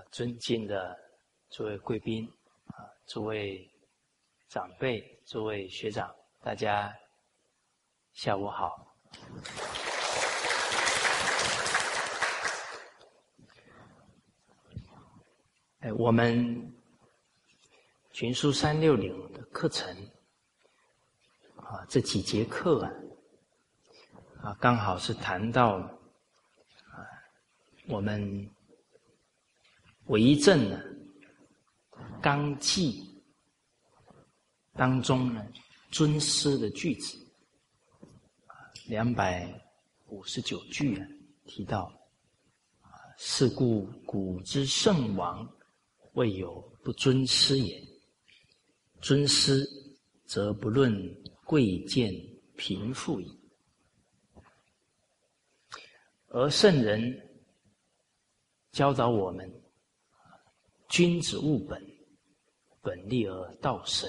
尊敬的诸位贵宾诸位长辈、诸位学长，大家下午好。我们群书360的课程这几节课刚好是谈到我们为政纲纪当中尊师的句子259句提到是故古之圣王未有不尊师也，尊师则不论贵贱贫富矣。而圣人教导我们君子务本，本立而道生。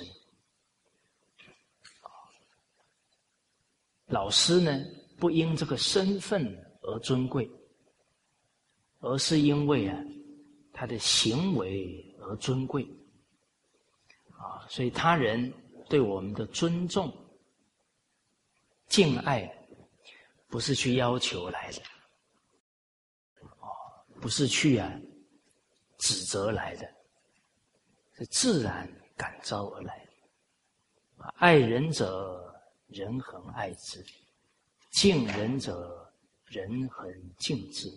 老师呢，不因这个身份而尊贵，而是因为他的行为而尊贵所以他人对我们的尊重、敬爱，不是去要求来的不是去指责来的，是自然感召而来的。爱人者，人恒爱之；敬人者，人恒敬之。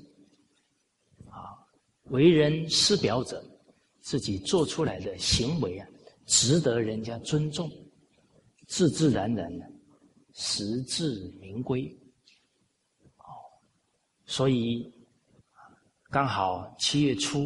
为人师表者，自己做出来的行为值得人家尊重，自自然然实至名归。所以刚好7月初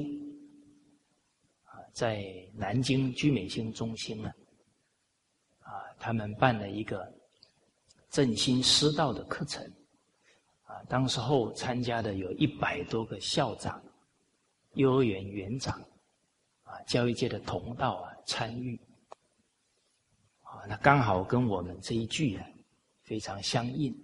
在南京居美心中心他们办了一个振兴师道的课程当时候参加的有100多个校长、幼儿园园长教育界的同道参与那刚好跟我们这一句非常相应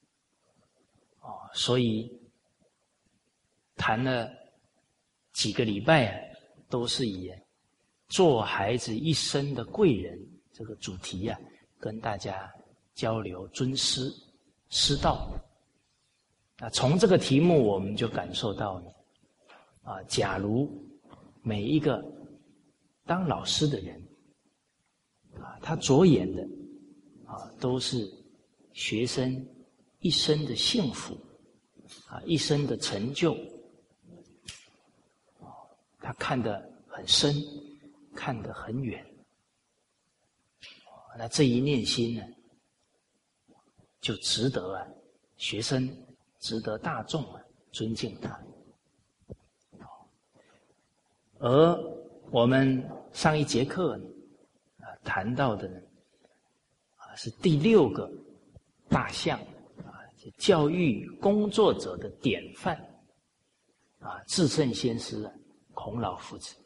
所以谈了几个礼拜都是以做孩子一生的贵人这个主题跟大家交流尊师师道。那从这个题目我们就感受到假如每一个当老师的人他着眼的都是学生一生的幸福一生的成就，他看得很深，看得很远那这一念心呢就值得学生值得大众尊敬他。而我们上一节课谈到的呢是第6个大项教育工作者的典范至圣先师孔老夫子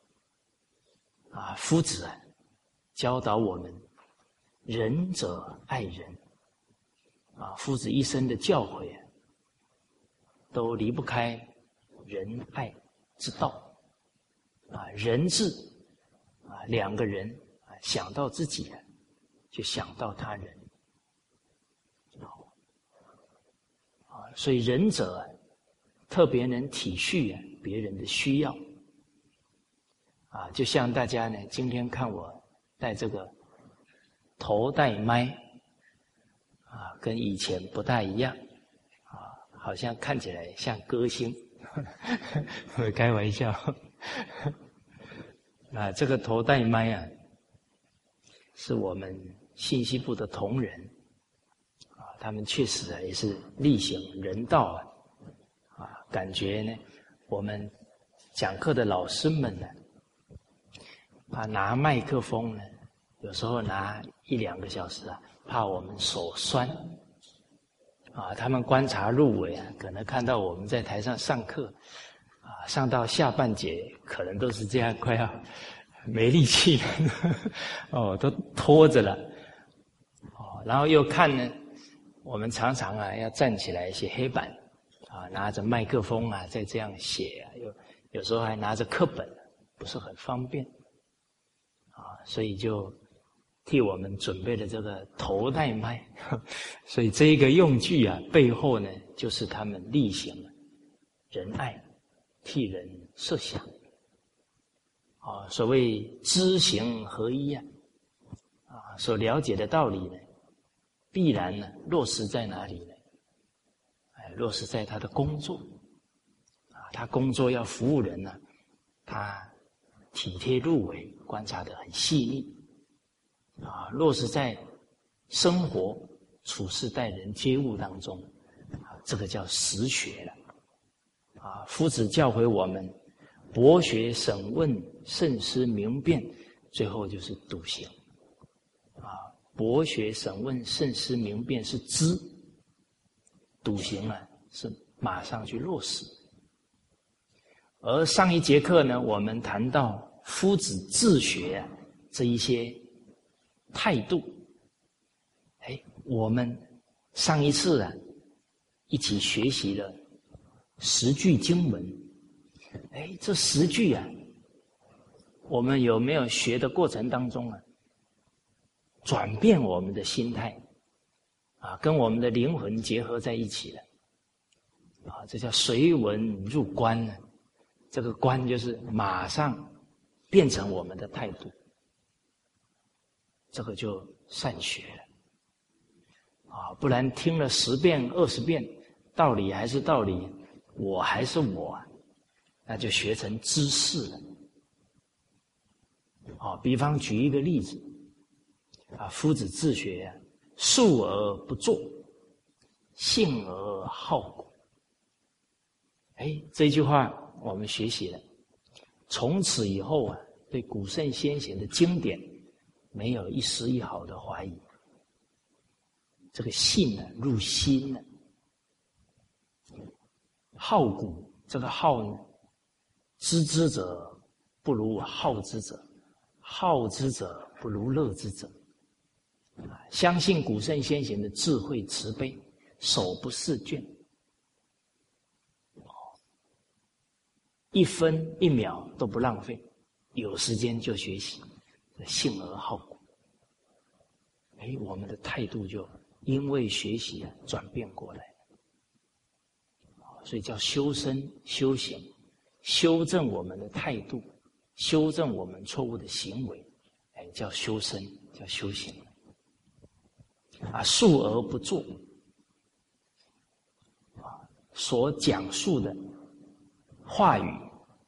夫子教导我们仁者爱人夫子一生的教诲都离不开仁爱之道人字2个人想到自己就想到他人所以仁者特别能体恤别人的需要就像大家呢今天看我戴这个头戴麦跟以前不大一样好像看起来像歌星我开玩笑这个头戴麦是我们信息部的同仁他们确实也是力行人道感觉呢我们讲课的老师们呢拿麦克风呢有时候拿1-2个小时怕我们手酸他们观察入微可能看到我们在台上上课上到下半节可能都是这样快要没力气了都拖着了然后又看呢我们常常要站起来写黑板拿着麦克风再这样写又有时候还拿着课本，不是很方便所以就替我们准备了这个头戴麦。所以这一个用具背后呢，就是他们力行仁爱，替人设想所谓知行合一所了解的道理呢，必然呢落实在哪里呢？落实在他的工作他工作要服务人他体贴入微，观察得很细腻落实在生活处事待人接物当中这个叫实学了夫子教诲我们博学审问慎思明辨，最后就是笃行博学审问慎思明辨是知，笃行是马上去落实。而上一节课呢，我们谈到夫子自学这一些态度我们上一次一起学习了10句经文这10句我们有没有学的过程当中转变我们的心态跟我们的灵魂结合在一起了这叫随文入观呢。这个观就是马上变成我们的态度，这个就善学了不然听了10遍20遍，道理还是道理，我还是我那就学成知识了比方举一个例子夫子自学述而不作，信而好古。这句话我们学习了，从此以后对古圣先贤的经典没有一丝一毫的怀疑。这个信入心了。好古，这个好呢，知之者不如好之者，好之者不如乐之者。相信古圣先贤的智慧慈悲，手不释卷，1分1秒都不浪费，有时间就学习，信而好古。我们的态度就因为学习转变过来，所以叫修身修行，修正我们的态度，修正我们错误的行为，叫修身，叫修行。述而不作，所讲述的话语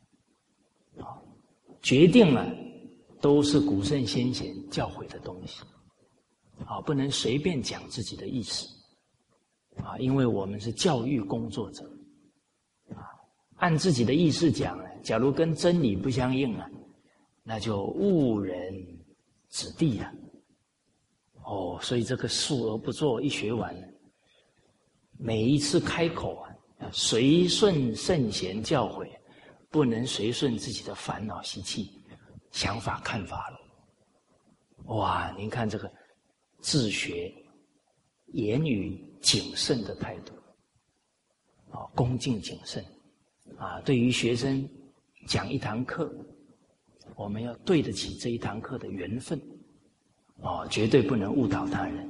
决定了都是古圣先贤教诲的东西不能随便讲自己的意思因为我们是教育工作者按自己的意思讲假如跟真理不相应那就误人子弟所以这个述而不作一学完每一次开口随顺圣贤教诲，不能随顺自己的烦恼习气、想法看法了。哇，您看这个自学、言语谨慎的态度恭敬谨慎对于学生讲一堂课，我们要对得起这一堂课的缘分绝对不能误导他人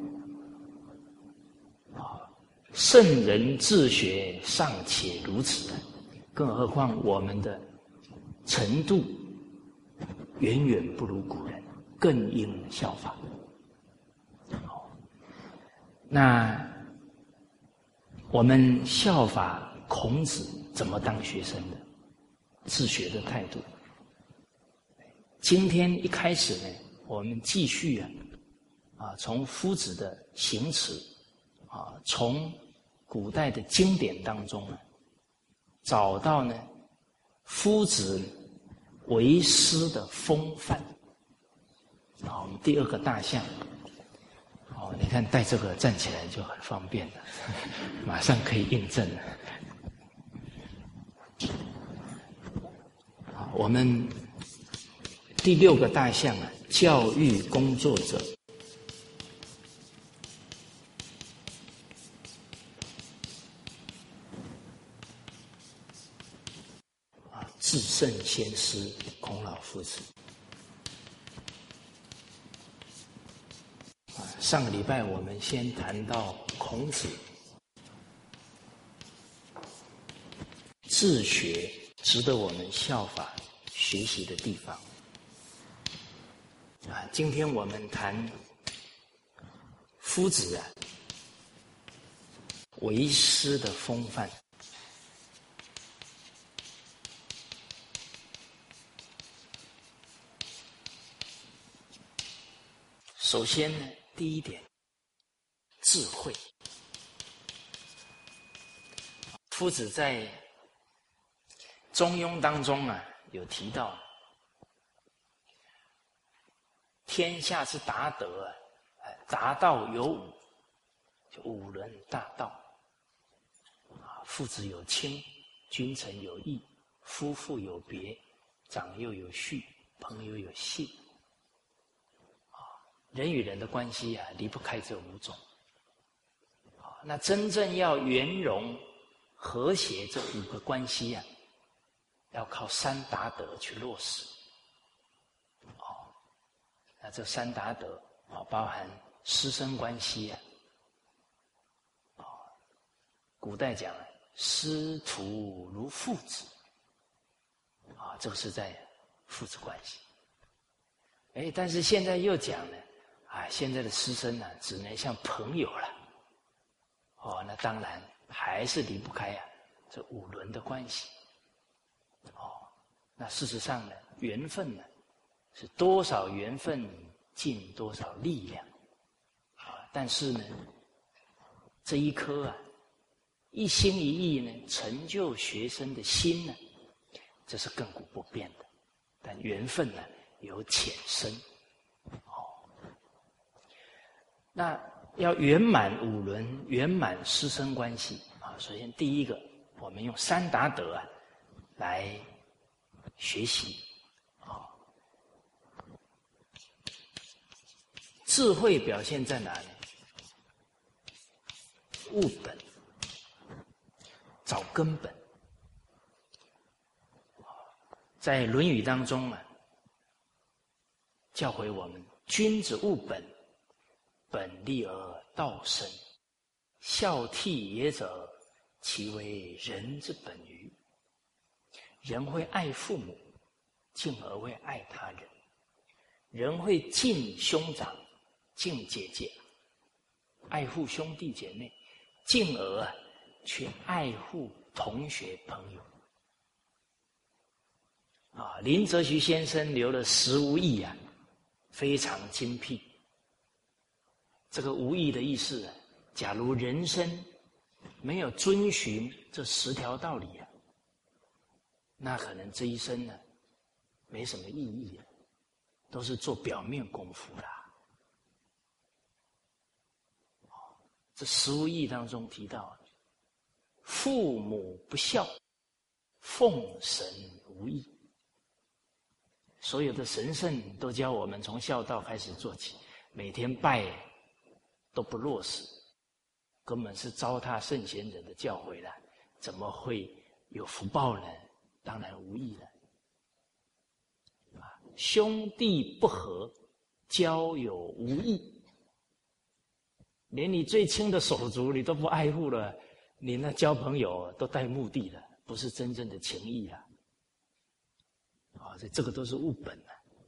圣人自学尚且如此更何况我们的程度远远不如古人，更应效法。那我们效法孔子怎么当学生的？自学的态度。今天一开始呢，我们继续从夫子的行持从古代的经典当中找到呢夫子为师的风范。我们第2个大项你看带这个站起来就很方便了，马上可以印证了。我们第6个大项教育工作者。 至圣先师孔老夫子。上个礼拜我们先谈到孔子治学值得我们效法学习的地方。今天我们谈夫子为师的风范。首先呢，第一点，智慧。夫子在《中庸》当中有提到，天下之达德达道有五，就五伦大道。父子有亲，君臣有义，夫妇有别，长幼有序，朋友有信。人与人的关系离不开这五种。那真正要圆融和谐这五个关系要靠三达德去落实。那这三达德包含师生关系古代讲师徒如父子这个是在父子关系。但是现在又讲呢现在的师生只能像朋友了。那当然还是离不开这五伦的关系。那事实上呢，缘分呢是多少缘分尽多少力量。但是呢，这一颗一心一意呢成就学生的心呢，这是亘古不变的。但缘分呢有浅深。那要圆满五伦，圆满师生关系首先第一个，我们用三达德来学习。智慧表现在哪里？务本，找根本。在《论语》当中教诲我们：君子务本，本立而道生。孝悌也者，其为人之本于。人会爱父母，进而会爱他人；人会敬兄长，敬姐姐，爱护兄弟姐妹，进而去爱护同学朋友。林则徐先生留了十无义非常精辟。这个无义的意思假如人生没有遵循这10条道理那可能这一生呢没什么意义都是做表面功夫啦。这十无义当中提到，父母不孝，奉神无益。所有的神圣都教我们从孝道开始做起，每天拜都不落实，根本是糟蹋圣贤人的教诲了，怎么会有福报呢？当然无益了。兄弟不和，交友无益。连你最亲的手足你都不爱护了，你那交朋友都带目的了，不是真正的情谊了。所以这个都是务本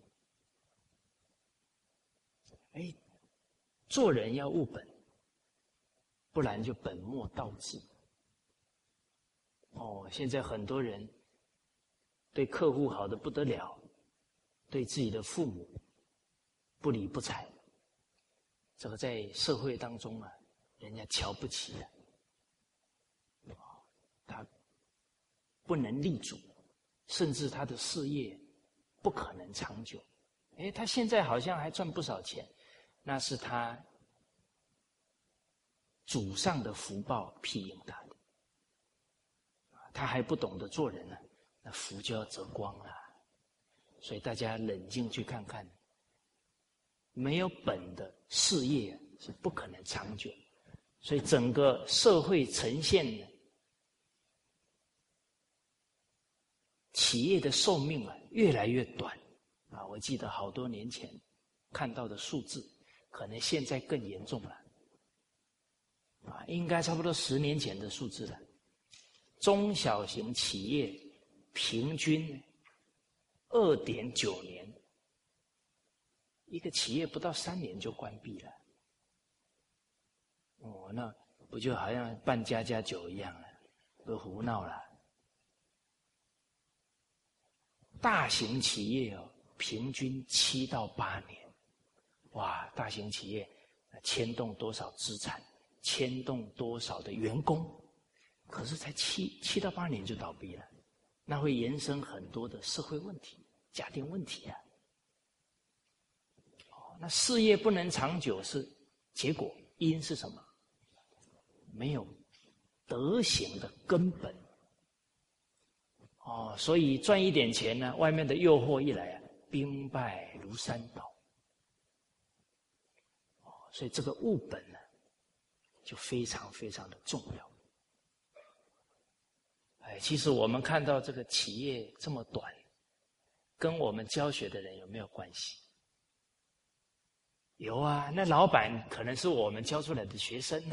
做人要务本，不然就本末倒置。现在很多人对客户好的不得了，对自己的父母不理不睬，这个在社会当中人家瞧不起他不能立足，甚至他的事业不可能长久。他现在好像还赚不少钱，那是他祖上的福报庇佑他的。他还不懂得做人那福就要折光了。所以大家冷静去看看，没有本的事业是不可能长久。所以整个社会呈现的企业的寿命越来越短我记得好多年前看到的数字，可能现在更严重了应该差不多10年前的数字了。中小型企业平均2.9年，一个企业不到3年就关闭了。那不就好像办家家酒一样了，都胡闹了。大型企业平均7到8年，哇！大型企业牵动多少资产，牵动多少的员工，可是才7到8年就倒闭了，那会延伸很多的社会问题、家庭问题那事业不能长久是结果，因是什么？没有德行的根本所以赚一点钱呢，外面的诱惑一来兵败如山倒所以这个务本呢，就非常非常的重要。其实我们看到这个企业这么短，跟我们教学的人有没有关系？有啊，那老板可能是我们教出来的学生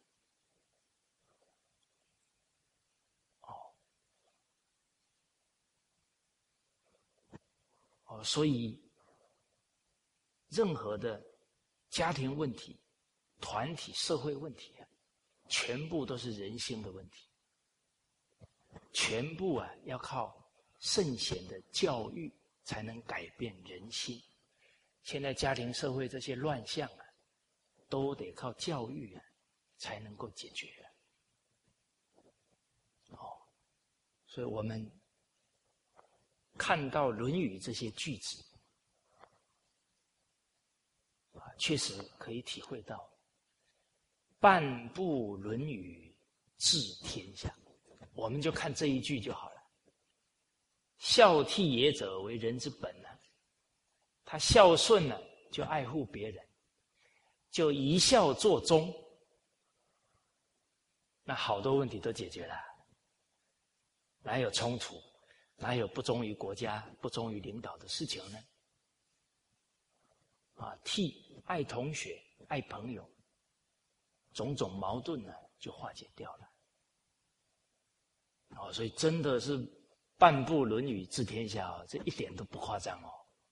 所以任何的家庭问题、团体社会问题全部都是人心的问题，全部要靠圣贤的教育才能改变人心。现在家庭社会这些乱象都得靠教育才能够解决所以我们看到《论语》这些句子确实可以体会到半部《论语》治天下。我们就看这一句就好了。孝悌也者，为人之本他孝顺就爱护别人，就一孝作忠，那好多问题都解决了，哪有冲突，哪有不忠于国家、不忠于领导的事情呢？悌爱同学、爱朋友，种种矛盾就化解掉了。所以真的是半部《论语》治天下这一点都不夸张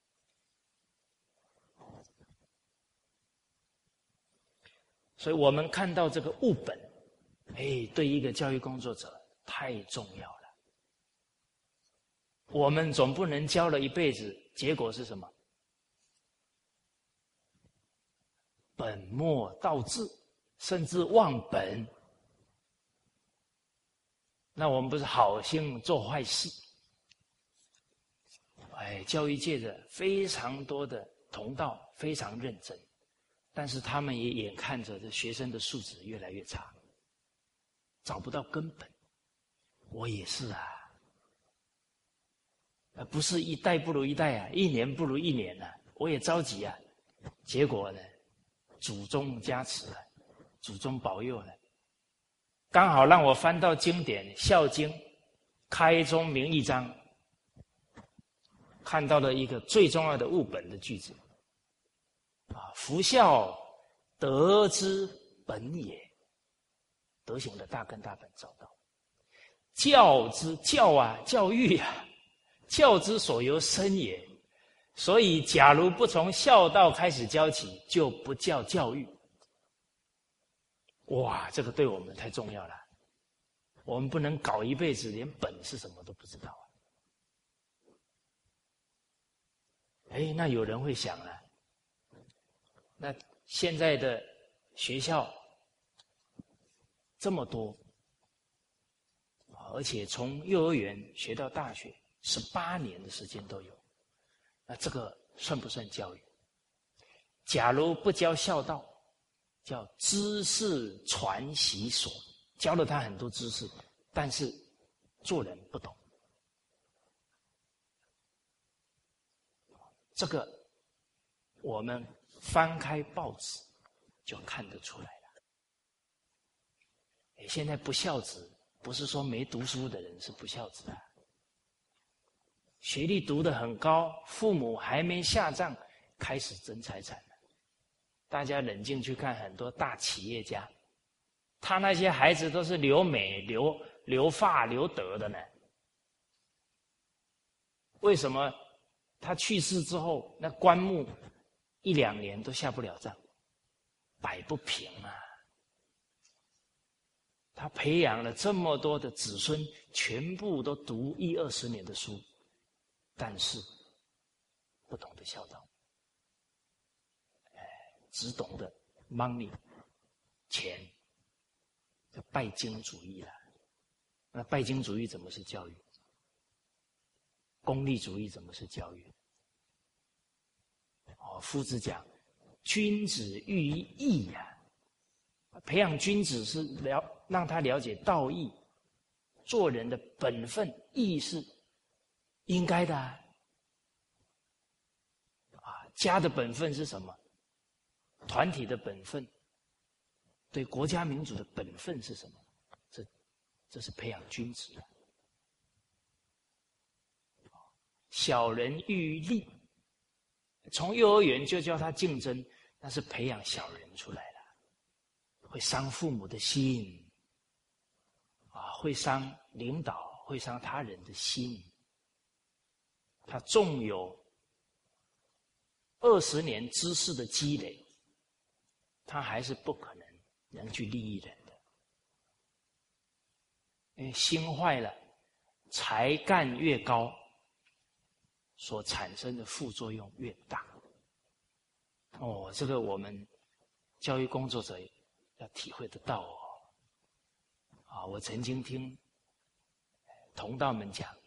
所以我们看到这个务本，对一个教育工作者太重要了。我们总不能教了一辈子，结果是什么？本末倒置，甚至忘本。那我们不是好心做坏事？教育界的非常多的同道非常认真，但是他们也眼看着这学生的素质越来越差，找不到根本。我也是不是一代不如一代一年不如一年我也着急结果呢，祖宗加持祖宗保佑刚好让我翻到经典《孝经》开宗明义章，看到了一个最重要的务本的句子夫孝，德之本也。德行的大根大本找到。教之教育教之所由生也。所以假如不从孝道开始教起，就不叫教育。哇，这个对我们太重要了。我们不能搞一辈子连本是什么都不知道那有人会想那现在的学校这么多，而且从幼儿园学到大学18年的时间都有，那这个算不算教育？假如不教孝道，叫知识传习所，教了他很多知识，但是做人不懂。这个我们翻开报纸就看得出来了。现在不孝子不是说没读书的人是不孝子学历读得很高，父母还没下葬，开始争财产了。大家冷静去看很多大企业家，他那些孩子都是留美、留发、留德的呢。为什么他去世之后，那棺木1、2年都下不了葬，摆不平啊？他培养了这么多的子孙，全部都读10、20年的书，但是不懂得孝道，只懂得 money 钱，叫拜金主义了。那拜金主义怎么是教育？功利主义怎么是教育？夫子讲，君子喻于义呀。培养君子是让他了解道义，做人的本分义是应该的啊。家的本分是什么？团体的本分，对国家民族的本分是什么？这是培养君子的。小人喻于利，从幼儿园就教他竞争，那是培养小人出来了，会伤父母的心，会伤领导，会伤他人的心。他纵有20年知识的积累，他还是不可能去利益人的。因为心坏了，才干越高，所产生的副作用越大。这个我们教育工作者要体会得到哦。我曾经听同道们讲，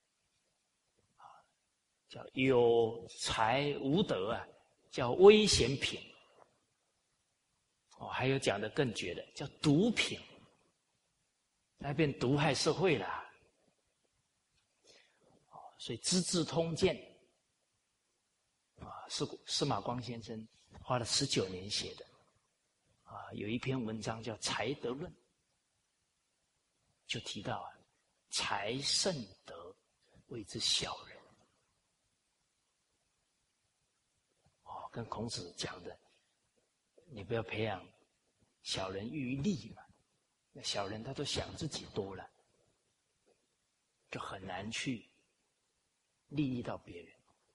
叫有才无德啊，叫危险品。还有讲的更绝的，叫毒品，那变毒害社会了。所以《资治通鉴》司马光先生花了19年写的有一篇文章叫《才德论》，就提到才胜德，谓之小人。跟孔子讲的，你不要培养小人喻于利嘛。那小人他都想自己多了，就很难去利益到别人。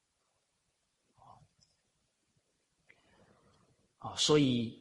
所以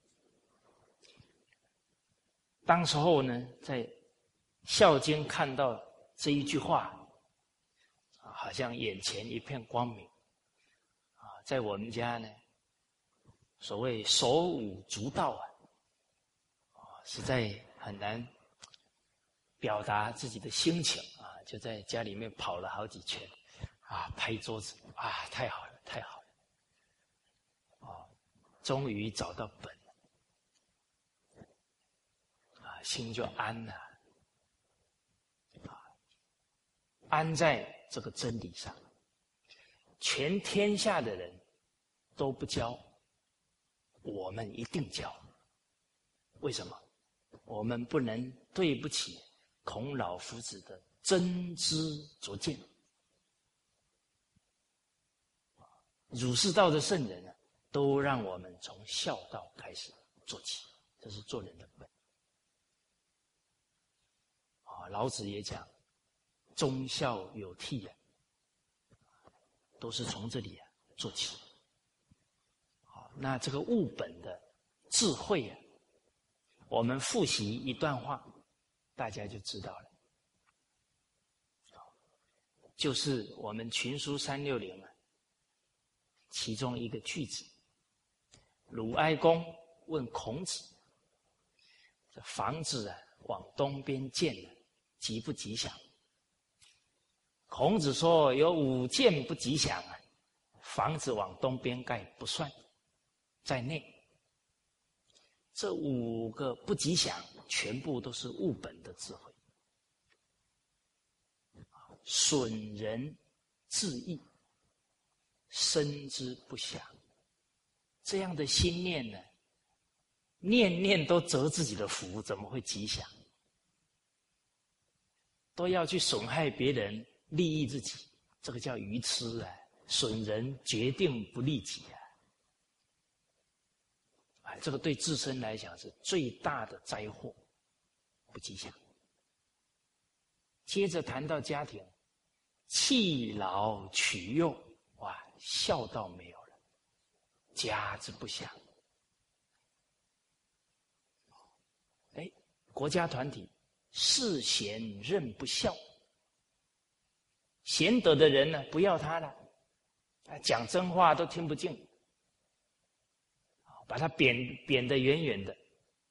当时候呢，在《孝经》看到这一句话，好像眼前一片光明。在我们家呢，所谓手舞足蹈实在很难表达自己的心情就在家里面跑了好几圈拍桌子太好了，太好了终于找到本了心就安了安在这个真理上。全天下的人都不教，我们一定教。为什么？我们不能对不起孔老夫子的真知灼见。儒释道的圣人都让我们从孝道开始做起，这是做人的本。老子也讲忠孝有悌都是从这里做起。那这个务本的智慧我们复习一段话，大家就知道了。就是我们群书360其中一个句子，鲁哀公问孔子：这房子往东边建吉不吉祥？孔子说有5件不吉祥房子往东边盖不算在内。这5个不吉祥全部都是务本的智慧。损人自益，生之不祥。这样的心念呢，念念都折自己的福，怎么会吉祥？都要去损害别人，利益自己， 这个叫愚痴啊，损人决定不利己啊！哎，这个对自身来讲是最大的灾祸，不吉祥。接着谈到家庭，弃老取幼，哇，孝道没有了，家之不祥。哎，国家团体世贤任不孝，贤德的人呢，不要他了，讲真话都听不进，把他贬得远远的，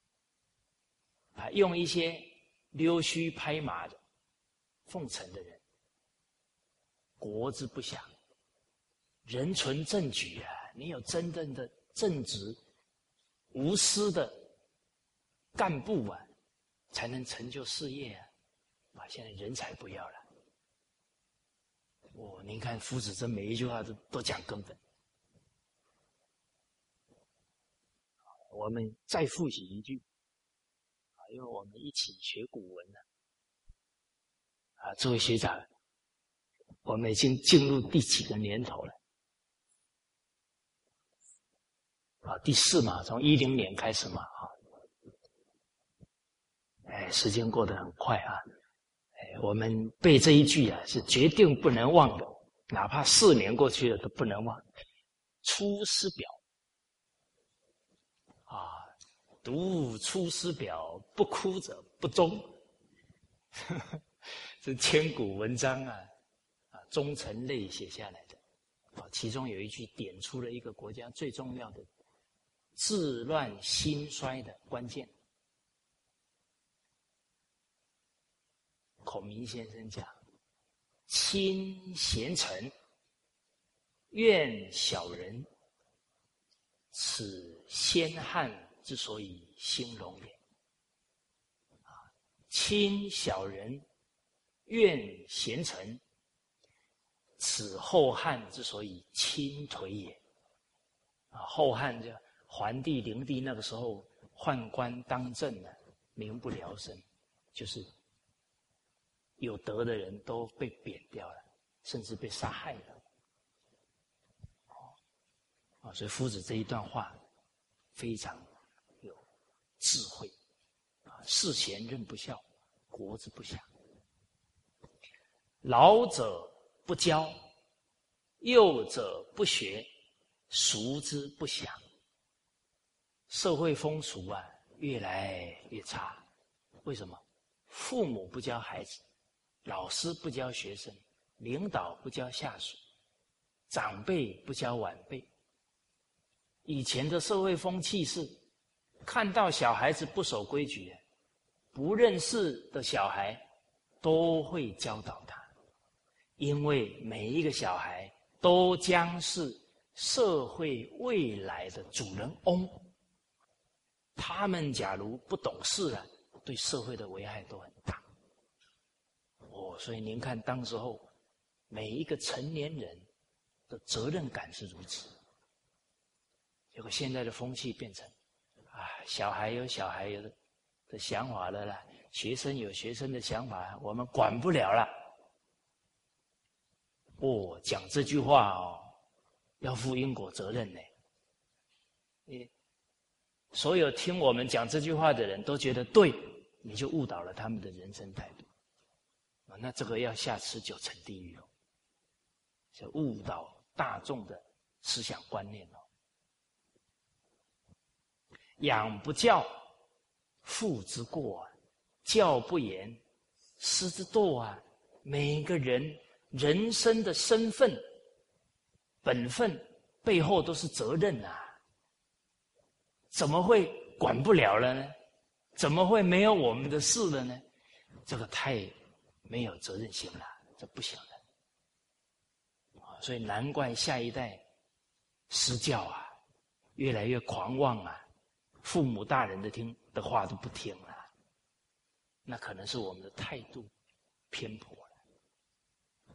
用一些溜须拍马的奉承的人，国之不祥。人存正举啊，你有真正的正直无私的干部啊，才能成就事业啊！现在人才不要了。您看夫子这每一句话都讲根本。我们再复习一句，因为我们一起学古文呢。诸位学长，我们已经进入第几个年头了？第4嘛，从10年开始嘛，时间过得很快啊。我们背这一句啊，是决定不能忘的，哪怕4年过去了都不能忘。出师表读出师表，不哭者不忠。这千古文章忠臣类写下来的。其中有一句点出了一个国家最重要的治乱兴衰的关键。孔明先生讲：亲贤臣，怨小人，此先汉之所以兴隆也。亲小人，怨贤臣，此后汉之所以倾颓也。后汉就桓帝、灵帝那个时候宦官当政民不聊生，就是有德的人都被贬掉了，甚至被杀害了。所以夫子这一段话非常有智慧。世贤任不孝，国之不祥。老者不教，幼者不学，孰之不祥？社会风俗越来越差。为什么？父母不教孩子，老师不教学生，领导不教下属，长辈不教晚辈。以前的社会风气是，看到小孩子不守规矩，不认识的小孩都会教导他，因为每一个小孩都将是社会未来的主人翁。他们假如不懂事对社会的危害都很大。所以您看当时候每一个成年人的责任感是如此。结果现在的风气变成小孩有小孩有的想法了啦，学生有学生的想法，我们管不了了。讲这句话要负因果责任呢。所有听我们讲这句话的人都觉得对，你就误导了他们的人生态度。那这个要下持9层地狱是误导大众的思想观念养不教，父之过教不严，师之惰每个人人生的身份、本分背后都是责任怎么会管不了了呢？怎么会没有我们的事了呢？这个太没有责任心了，这不行的。所以难怪下一代施教越来越狂妄父母大人的话都不听了，那可能是我们的态度偏颇了。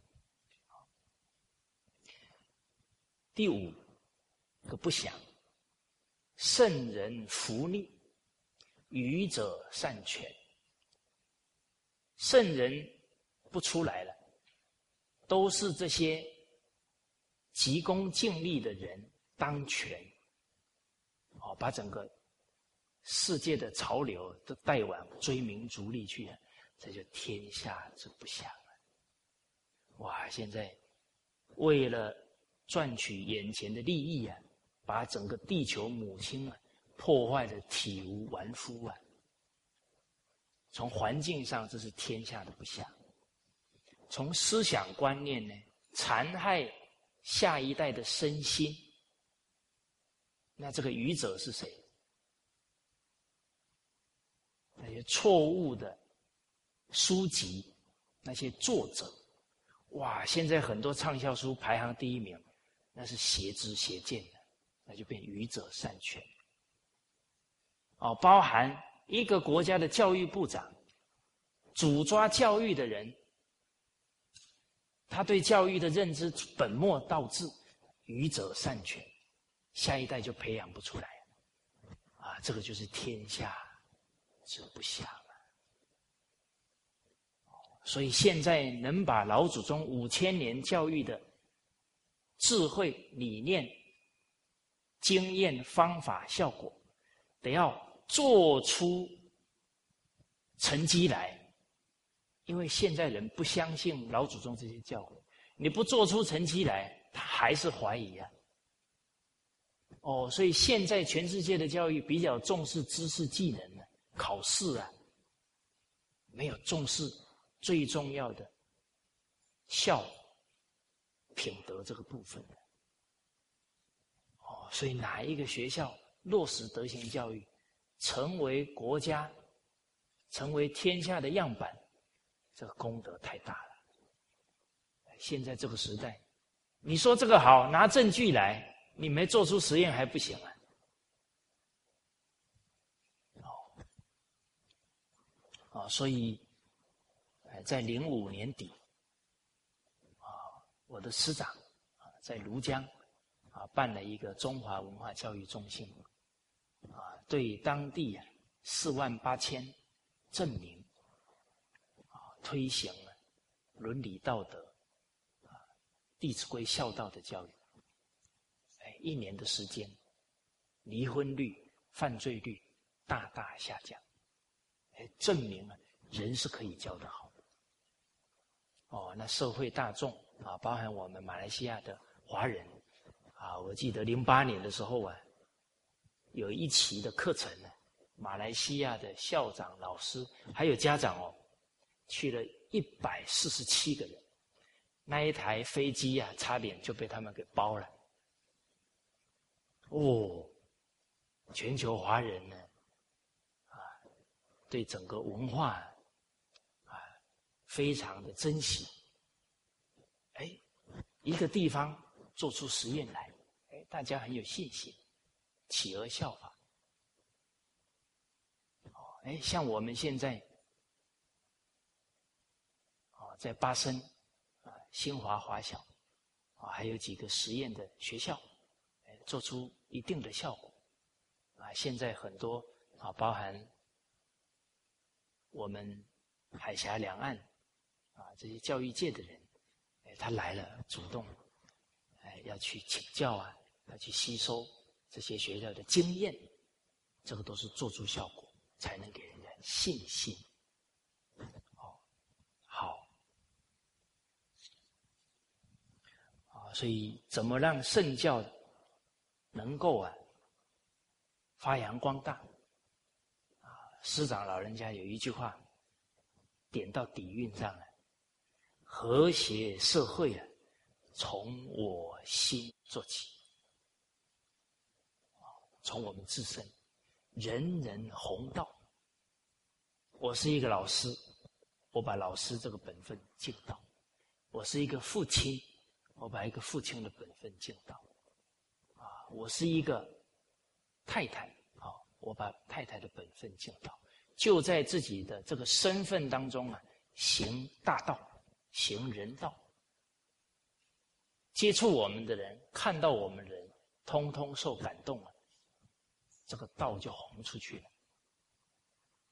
第5个不祥，圣人弗逆，愚者善权。圣人不出来了， 都是这些急功近利的人当权，把整个世界的潮流都带往追名逐利去了，这就天下之不祥了。哇！现在为了赚取眼前的利益啊，把整个地球母亲啊破坏得体无完肤啊！从环境上，这是天下的不祥；从思想观念呢，残害下一代的身心。那这个愚者是谁？那些错误的书籍，那些作者，哇！现在很多畅销书排行第一名，那是邪知邪见的，那就变愚者善权。包含一个国家的教育部长，主抓教育的人，他对教育的认知本末倒置，愚者善权，下一代就培养不出来啊！这个就是天下之不祥了。所以现在能把老祖宗5000年教育的智慧、理念、经验、方法、效果，得要做出成绩来。因为现在人不相信老祖宗这些教诲，你不做出成绩来，他还是怀疑啊。所以现在全世界的教育比较重视知识技能呢，考试啊，没有重视最重要的孝品德这个部分的。所以哪一个学校落实德行教育，成为国家、成为天下的样板，这个功德太大了。现在这个时代，你说这个好，拿证据来，你没做出实验还不行啊！所以在05年底我的师长在庐江办了一个中华文化教育中心对当地48000证明推行了伦理道德弟子规孝道的教育。1年的时间，离婚率、犯罪率大大下降，证明了人是可以教得好的。那社会大众包含我们马来西亚的华人我记得08年的时候有一期的课程呢，马来西亚的校长、老师还有家长去了147个人，那一台飞机差点就被他们给包了。全球华人呢对整个文化非常的珍惜。一个地方做出实验来，大家很有信心，企鹅效法。像我们现在在巴生新华华小还有几个实验的学校做出一定的效果现在很多包含我们海峡两岸这些教育界的人他来了，主动要去请教要去吸收这些学校的经验，这个都是做出效果，才能给人家信心。好所以怎么让圣教能够发扬光大师长老人家有一句话点到底蕴上和谐社会从我心做起，从我们自身，人人弘道。我是一个老师，我把老师这个本分尽到；我是一个父亲，我把一个父亲的本分尽到；我是一个太太，我把太太的本分尽到。就在自己的这个身份当中行大道，行人道。接触我们的人，看到我们的人，通通受感动了，这个道就红出去了。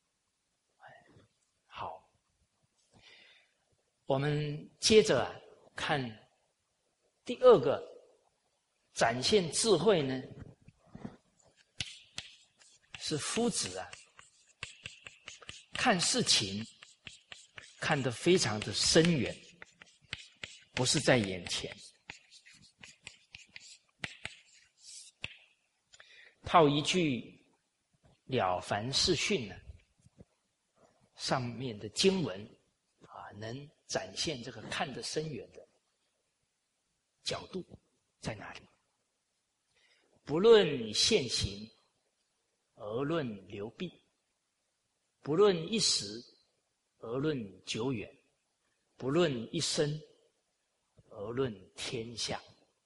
好，我们接着看第二个展现智慧呢，是夫子啊，看事情看得非常的深远，不是在眼前。套一句《了凡四训》呢，上面的经文啊，能展现这个看得深远的角度在哪里？不论现行，而论流弊；不论一时，而论久远；不论一生，而论天下。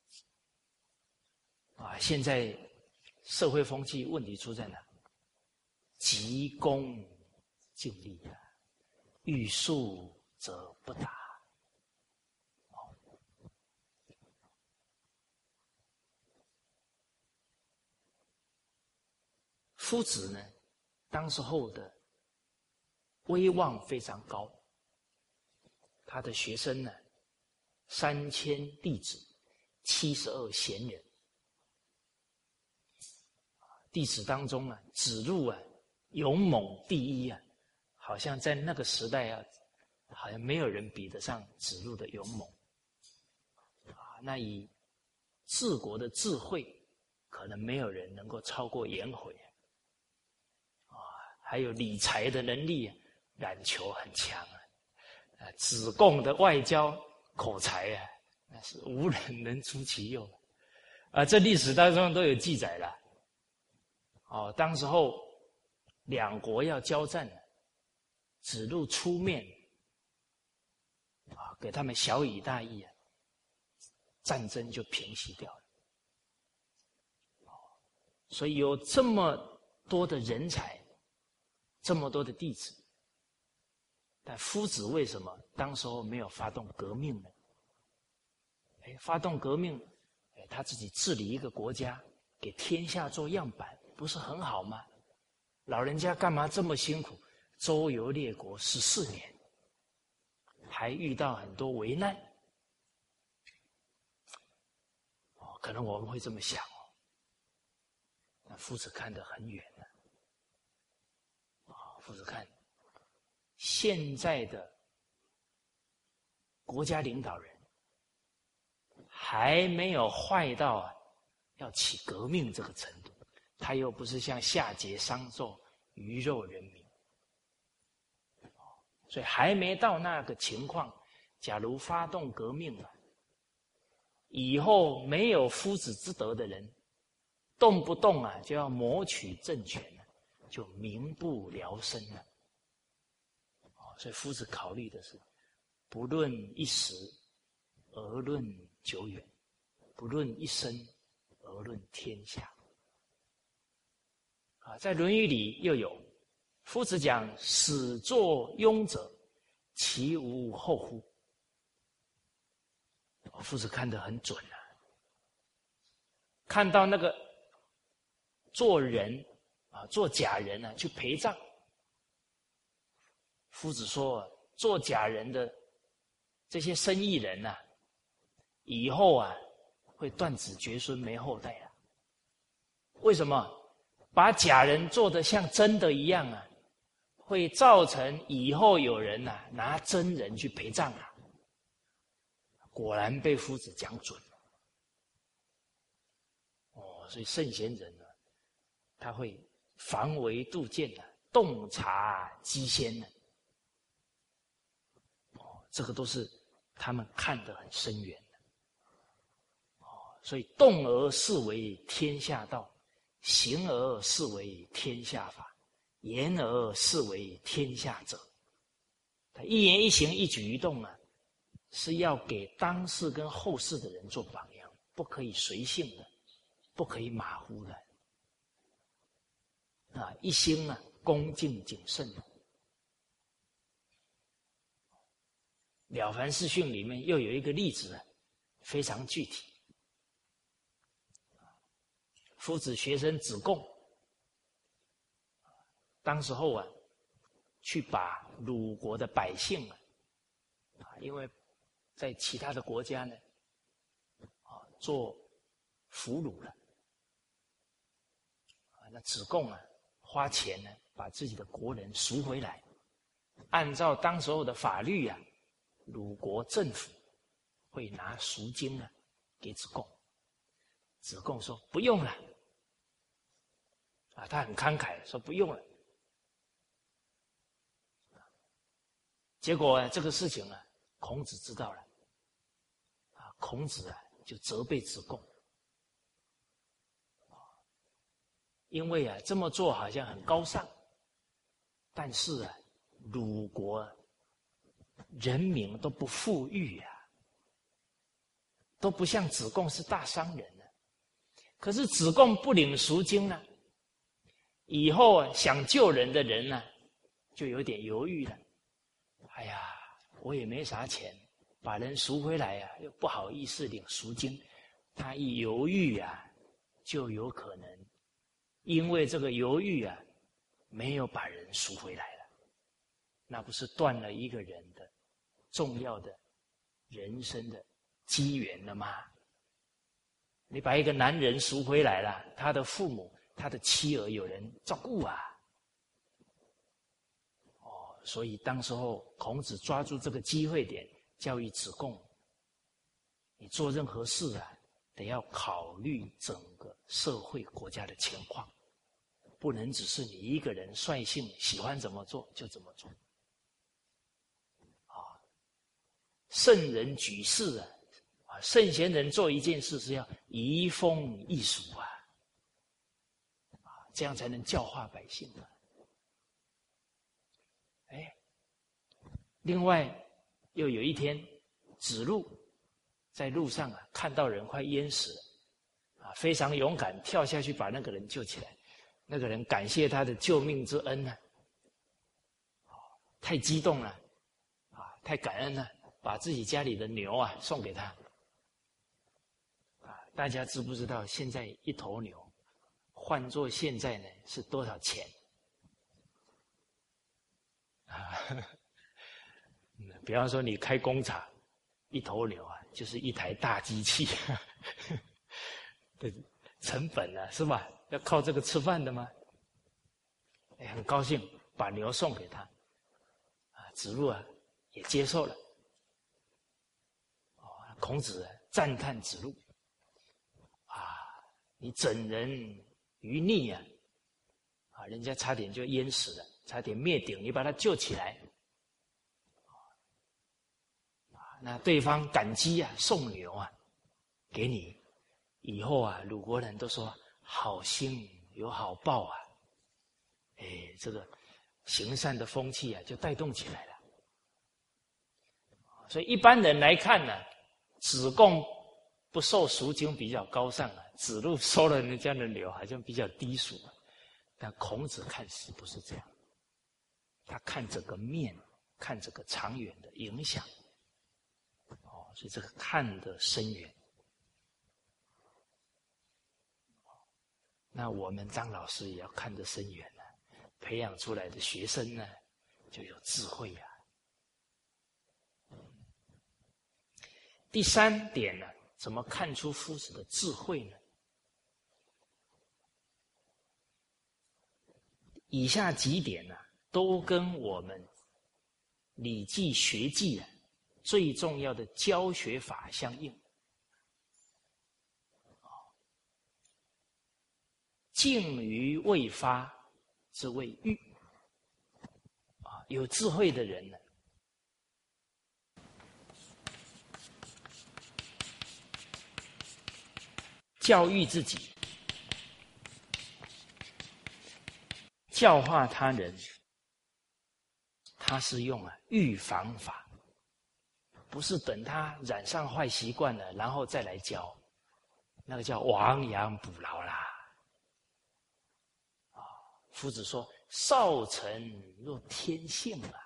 啊，现在社会风气问题出在哪？急功近利啊，欲速则不达。夫子呢，当时候的威望非常高，他的学生呢，3000弟子，72贤人。弟子当中啊，子路啊，勇猛第一啊，好像在那个时代啊，好像没有人比得上子路的勇猛。啊，那以治国的智慧，可能没有人能够超过颜回。啊，还有理财的能力，冉求很强啊。子贡的外交口才啊，那是无人能出其右。啊，这历史当中都有记载了。哦，当时候两国要交战了，子路出面啊，给他们晓以大义啊，战争就平息掉了。所以有这么多的人才，这么多的弟子，但夫子为什么当时候没有发动革命呢？发动革命，他自己治理一个国家，给天下做样板，不是很好吗？老人家干嘛这么辛苦，周游列国14年，还遇到很多危难。可能我们会这么想哦，那夫子看得很远了。夫子看现在的国家领导人还没有坏到要起革命这个程度，他又不是像夏桀、商纣鱼肉人民，所以还没到那个情况。假如发动革命了，以后没有夫子之德的人，动不动就要谋取政权了，就民不聊生了。所以夫子考虑的是，不论一时，而论久远；不论一生，而论天下。在《论语》里又有夫子讲：“始作俑者，其无后乎？”夫子看得很准啊，看到那个做人做假人去陪葬。夫子说，做假人的这些生意人以后会断子绝孙，没后代了。为什么？把假人做得像真的一样会造成以后有人拿真人去陪葬果然被夫子讲准了。所以圣贤人他会防微杜渐洞察机先这个都是他们看得很深远的。所以动而视为天下道，行而视为天下法，言而视为天下者。他一言一行一举一动是要给当世跟后世的人做榜样，不可以随性的，不可以马虎的。一心恭敬谨慎的。了凡四训里面又有一个例子非常具体。夫子学生子贡，当时候去把鲁国的百姓因为在其他的国家呢，做俘虏了。那子贡啊，花钱呢，把自己的国人赎回来，按照当时候的法律啊，鲁国政府会拿赎金啊给子贡。子贡说不用了，他很慷慨说不用了。结果这个事情啊，孔子知道了，孔子啊就责备子贡，因为啊这么做好像很高尚，但是啊鲁国人民都不富裕啊，都不像子贡是大商人啊。可是子贡不领赎金啊，以后啊想救人的人呢，就有点犹豫了。哎呀，我也没啥钱，把人赎回来呀，又不好意思领赎金。他一犹豫啊，就有可能因为这个犹豫啊，没有把人赎回来了，那不是断了一个人的重要的人生的机缘了吗？你把一个男人赎回来了，他的父母、他的妻儿有人照顾啊。所以当时候孔子抓住这个机会点，教育子贡，你做任何事啊，得要考虑整个社会国家的情况，不能只是你一个人率性喜欢怎么做就怎么做。圣人举事啊，圣贤人做一件事是要移风易俗啊，这样才能教化百姓啊。另外又有一天，子路在路上啊，看到人快淹死了，非常勇敢，跳下去把那个人救起来。那个人感谢他的救命之恩呢，太激动了，太感恩了，把自己家里的牛啊送给他。大家知不知道现在一头牛换作现在呢是多少钱？比方说你开工厂，一头牛啊就是一台大机器的成本啊，是吧？要靠这个吃饭的吗？很高兴把牛送给他，子路啊也接受了。孔子赞叹子路，你整人于逆啊，人家差点就淹死了，差点灭顶，你把他救起来。那对方感激啊，送牛啊给你，以后啊鲁国人都说好心有好报啊，这个行善的风气啊就带动起来了。所以一般人来看呢，子贡不受赎金比较高尚啊，子路收了人家的牛好像比较低俗啊。但孔子看事不是这样，他看整个面，看这个长远的影响。所以这个看得深远。那我们当老师也要看得深远了，培养出来的学生呢，就有智慧啊。第三点呢，怎么看出夫子的智慧呢？以下几点呢，都跟我们《礼记》学记啊最重要的教学法相应。敬于未发之谓喻。有智慧的人呢，教育自己，教化他人，他是用预防法，不是等他染上坏习惯了然后再来教，那个叫亡羊补牢啦。夫子说少成若天性啊，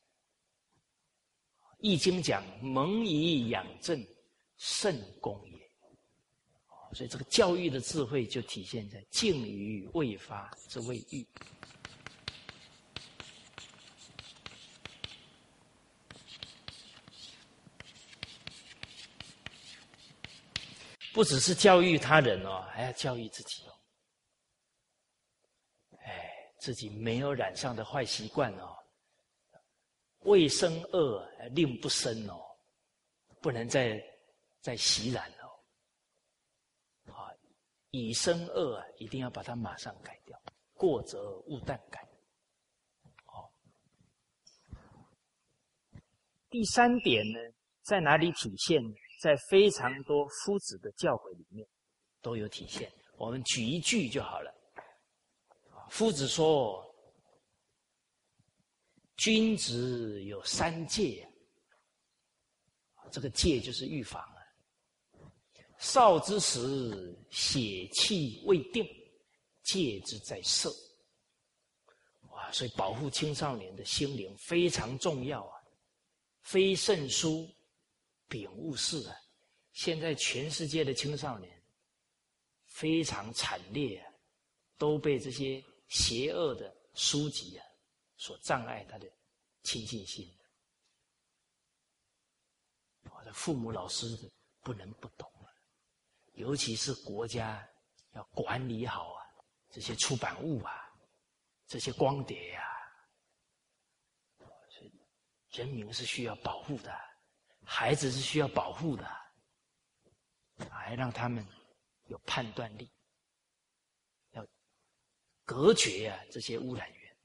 易经讲蒙以养正，甚功也。所以这个教育的智慧就体现在敬于未发之谓喻。 不只是教育他人哦，还要教育自己哦。自己没有染上的坏习惯哦，未生恶令不生哦，不能再习染哦。已生恶一定要把它马上改掉，过则勿惮改。第三点呢，在哪里体现？在非常多夫子的教诲里面都有体现。我们举一句就好了。夫子说，君子有三戒，这个戒就是预防啊。少之时，血气未定，戒之在色。哇，所以保护青少年的心灵非常重要啊。非圣书，秉勿视啊！现在全世界的青少年非常惨烈啊，都被这些邪恶的书籍啊所障碍他的亲近心。我的父母老师的不能不懂啊，尤其是国家要管理好啊这些出版物啊，这些光碟啊。人民是需要保护的，孩子是需要保护的，还让他们有判断力，要隔绝啊这些污染源。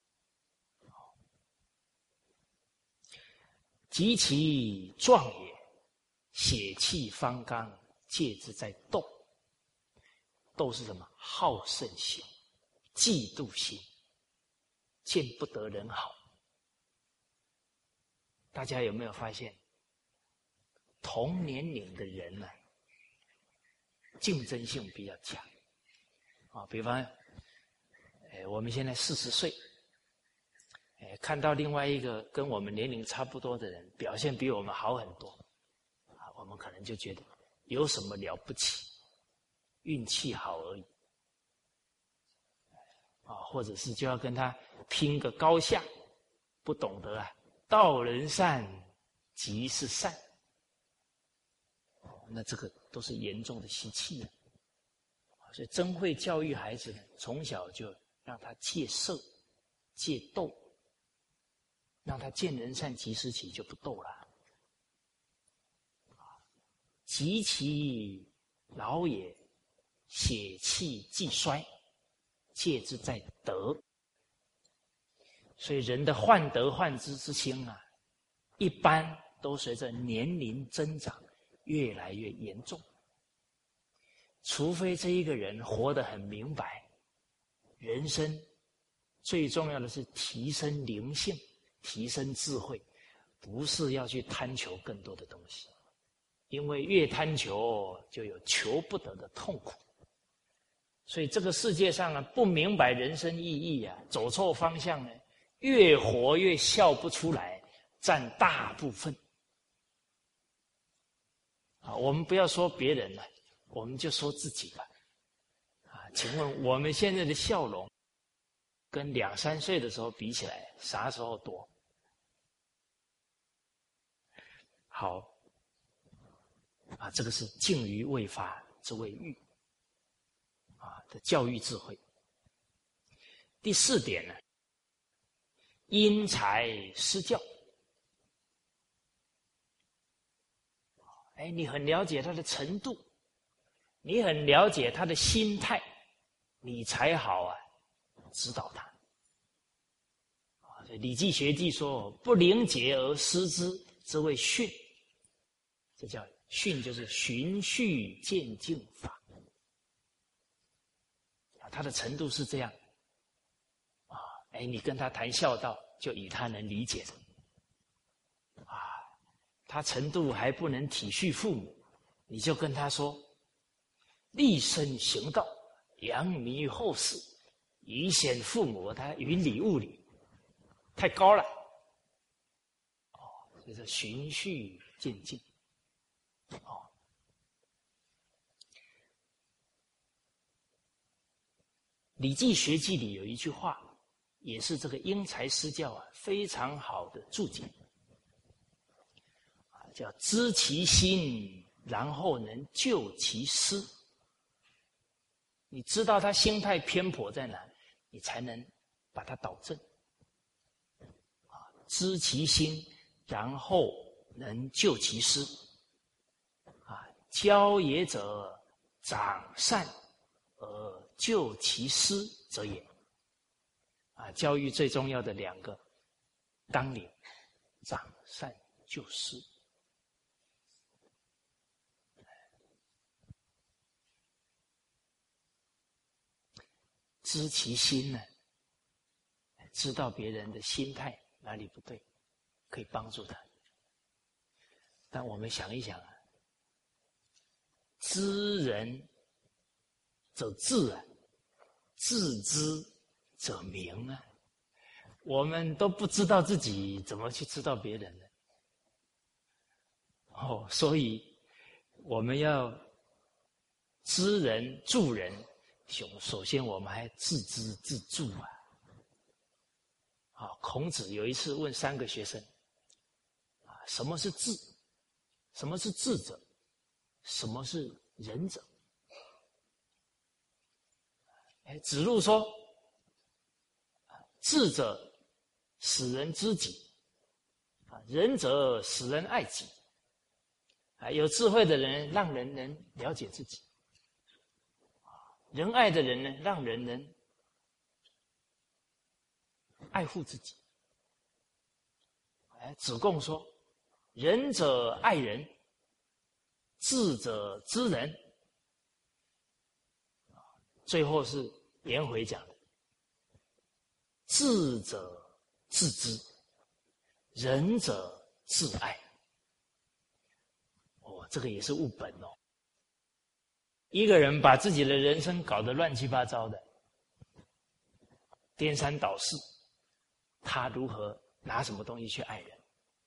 及其壮也，血气方刚，戒之在斗。斗是什么？好胜心、嫉妒心，见不得人好。大家有没有发现，同年龄的人呢，竞争性比较强啊？比方，我们现在40岁，看到另外一个跟我们年龄差不多的人表现比我们好很多，啊，我们可能就觉得有什么了不起，运气好而已，啊，或者是就要跟他拼个高下，不懂得啊。道人善，即是善。那这个都是严重的习气啊。所以真会教育孩子呢，从小就让他戒色、戒斗，让他见人善即时起就不斗了。及其老也，血气既衰，戒之在德。所以人的患得患失之心啊，一般都随着年龄增长越来越严重。除非这一个人活得很明白，人生最重要的是提升灵性、提升智慧，不是要去贪求更多的东西。因为越贪求，就有求不得的痛苦。所以这个世界上啊，不明白人生意义啊，走错方向呢，越活越笑不出来，占大部分。啊，我们不要说别人了，我们就说自己吧。啊，请问我们现在的笑容，跟2、3岁的时候比起来，啥时候多？好，啊，这个是敬于未发之谓欲，啊的教育智慧。第4点呢，因材施教。你很了解他的程度，你很了解他的心态，你才好啊指导他。所以《礼记学记》说：“不灵节而失之，之谓训。”这叫训，就是循序渐进法。他的程度是这样啊，你跟他谈孝道，就以他能理解的啊。他程度还不能体恤父母，你就跟他说：立身行道，扬名于后世，以显父母。他云里雾里，太高了。所以说循序渐进。礼记学记里有一句话，也是这个因材施教啊非常好的注解，叫知其心， 然后能救其失。你知道他心态偏颇在哪，你才能把它导正。知其心，然后能救其失。教也者，长善而救其失者也。教育最重要的两个纲领，长善救失。知其心呢，知道别人的心态哪里不对，可以帮助他。但我们想一想知人者智自知者明我们都不知道自己怎么去知道别人呢？所以我们要知人助人，首先我们还自知自助孔子有一次问3个学生什么是智？什么是智者？什么是仁者？子路说，智者使人知己，仁者使人爱己。有智慧的人让人能了解自己，仁爱的人呢，让人能爱护自己。子贡说，仁者爱人，智者知人。最后是颜回讲的，智者自知，仁者自爱。这个也是务本一个人把自己的人生搞得乱七八糟的，颠三倒四，他如何拿什么东西去爱人？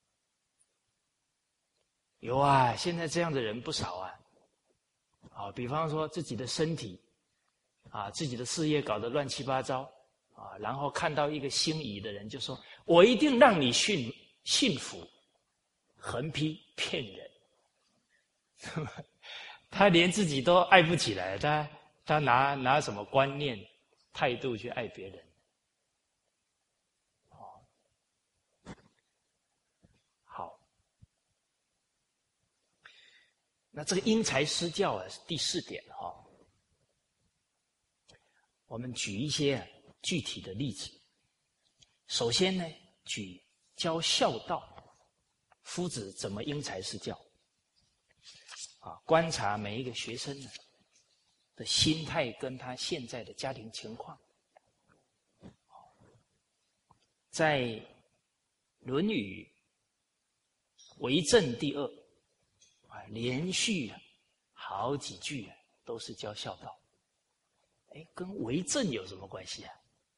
有现在这样的人不少比方说自己的身体自己的事业搞得乱七八糟然后看到一个心仪的人就说，我一定让你幸福，横批骗人。他连自己都爱不起来，他拿什么观念态度去爱别人？好，那这个因材施教是第4点我们举一些具体的例子。首先呢，举教孝道，夫子怎么因材施教？观察每一个学生的心态跟他现在的家庭情况。在《论语·为政》第2连续好几句都是教孝道。跟为政有什么关系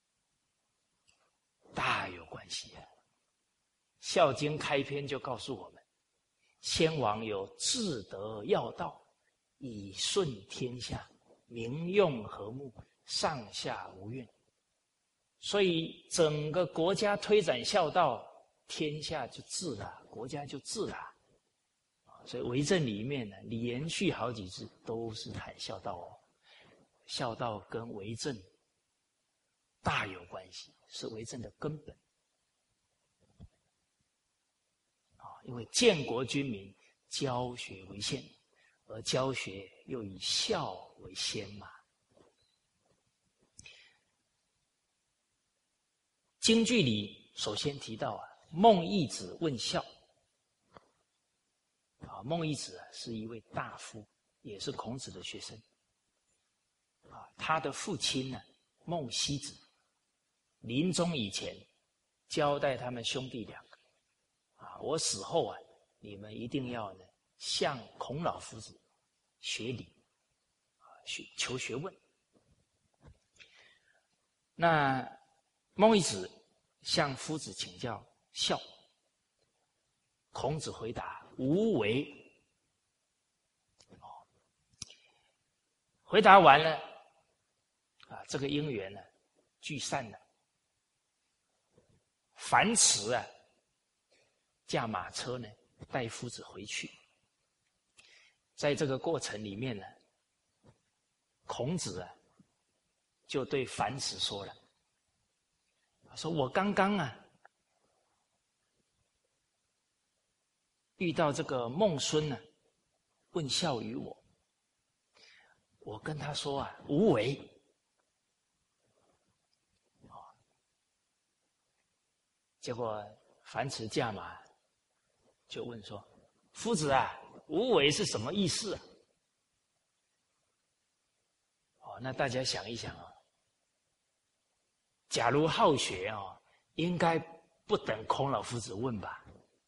大有关系《孝经》开篇就告诉我们，先王有至德要道，以顺天下，民用和睦，上下无怨。所以整个国家推展孝道，天下就治了，国家就治了。所以为政里面连续好几字都是谈孝道孝道跟为政大有关系，是为政的根本。因为建国军民，教学为先，而教学又以孝为先嘛。京剧里首先提到孟义子问孝。孟义子是一位大夫，也是孔子的学生。他的父亲孟西子临终以前交代他们兄弟2个我死后你们一定要向孔老夫子学礼求学问。那孟义子向夫子请教孝，孔子回答无为。回答完了这个因缘聚散了。樊迟驾马车带夫子回去。 在这个过程里面呢，孔子啊，就对樊迟说了，他说：“我刚刚啊，遇到这个孟孙呢，问孝于我，我跟他说啊，无为。结果樊迟驾马，就问说：夫子啊，无为是什么意思啊？”那大家想一想啊，假如好学啊，应该不等孔老夫子问吧？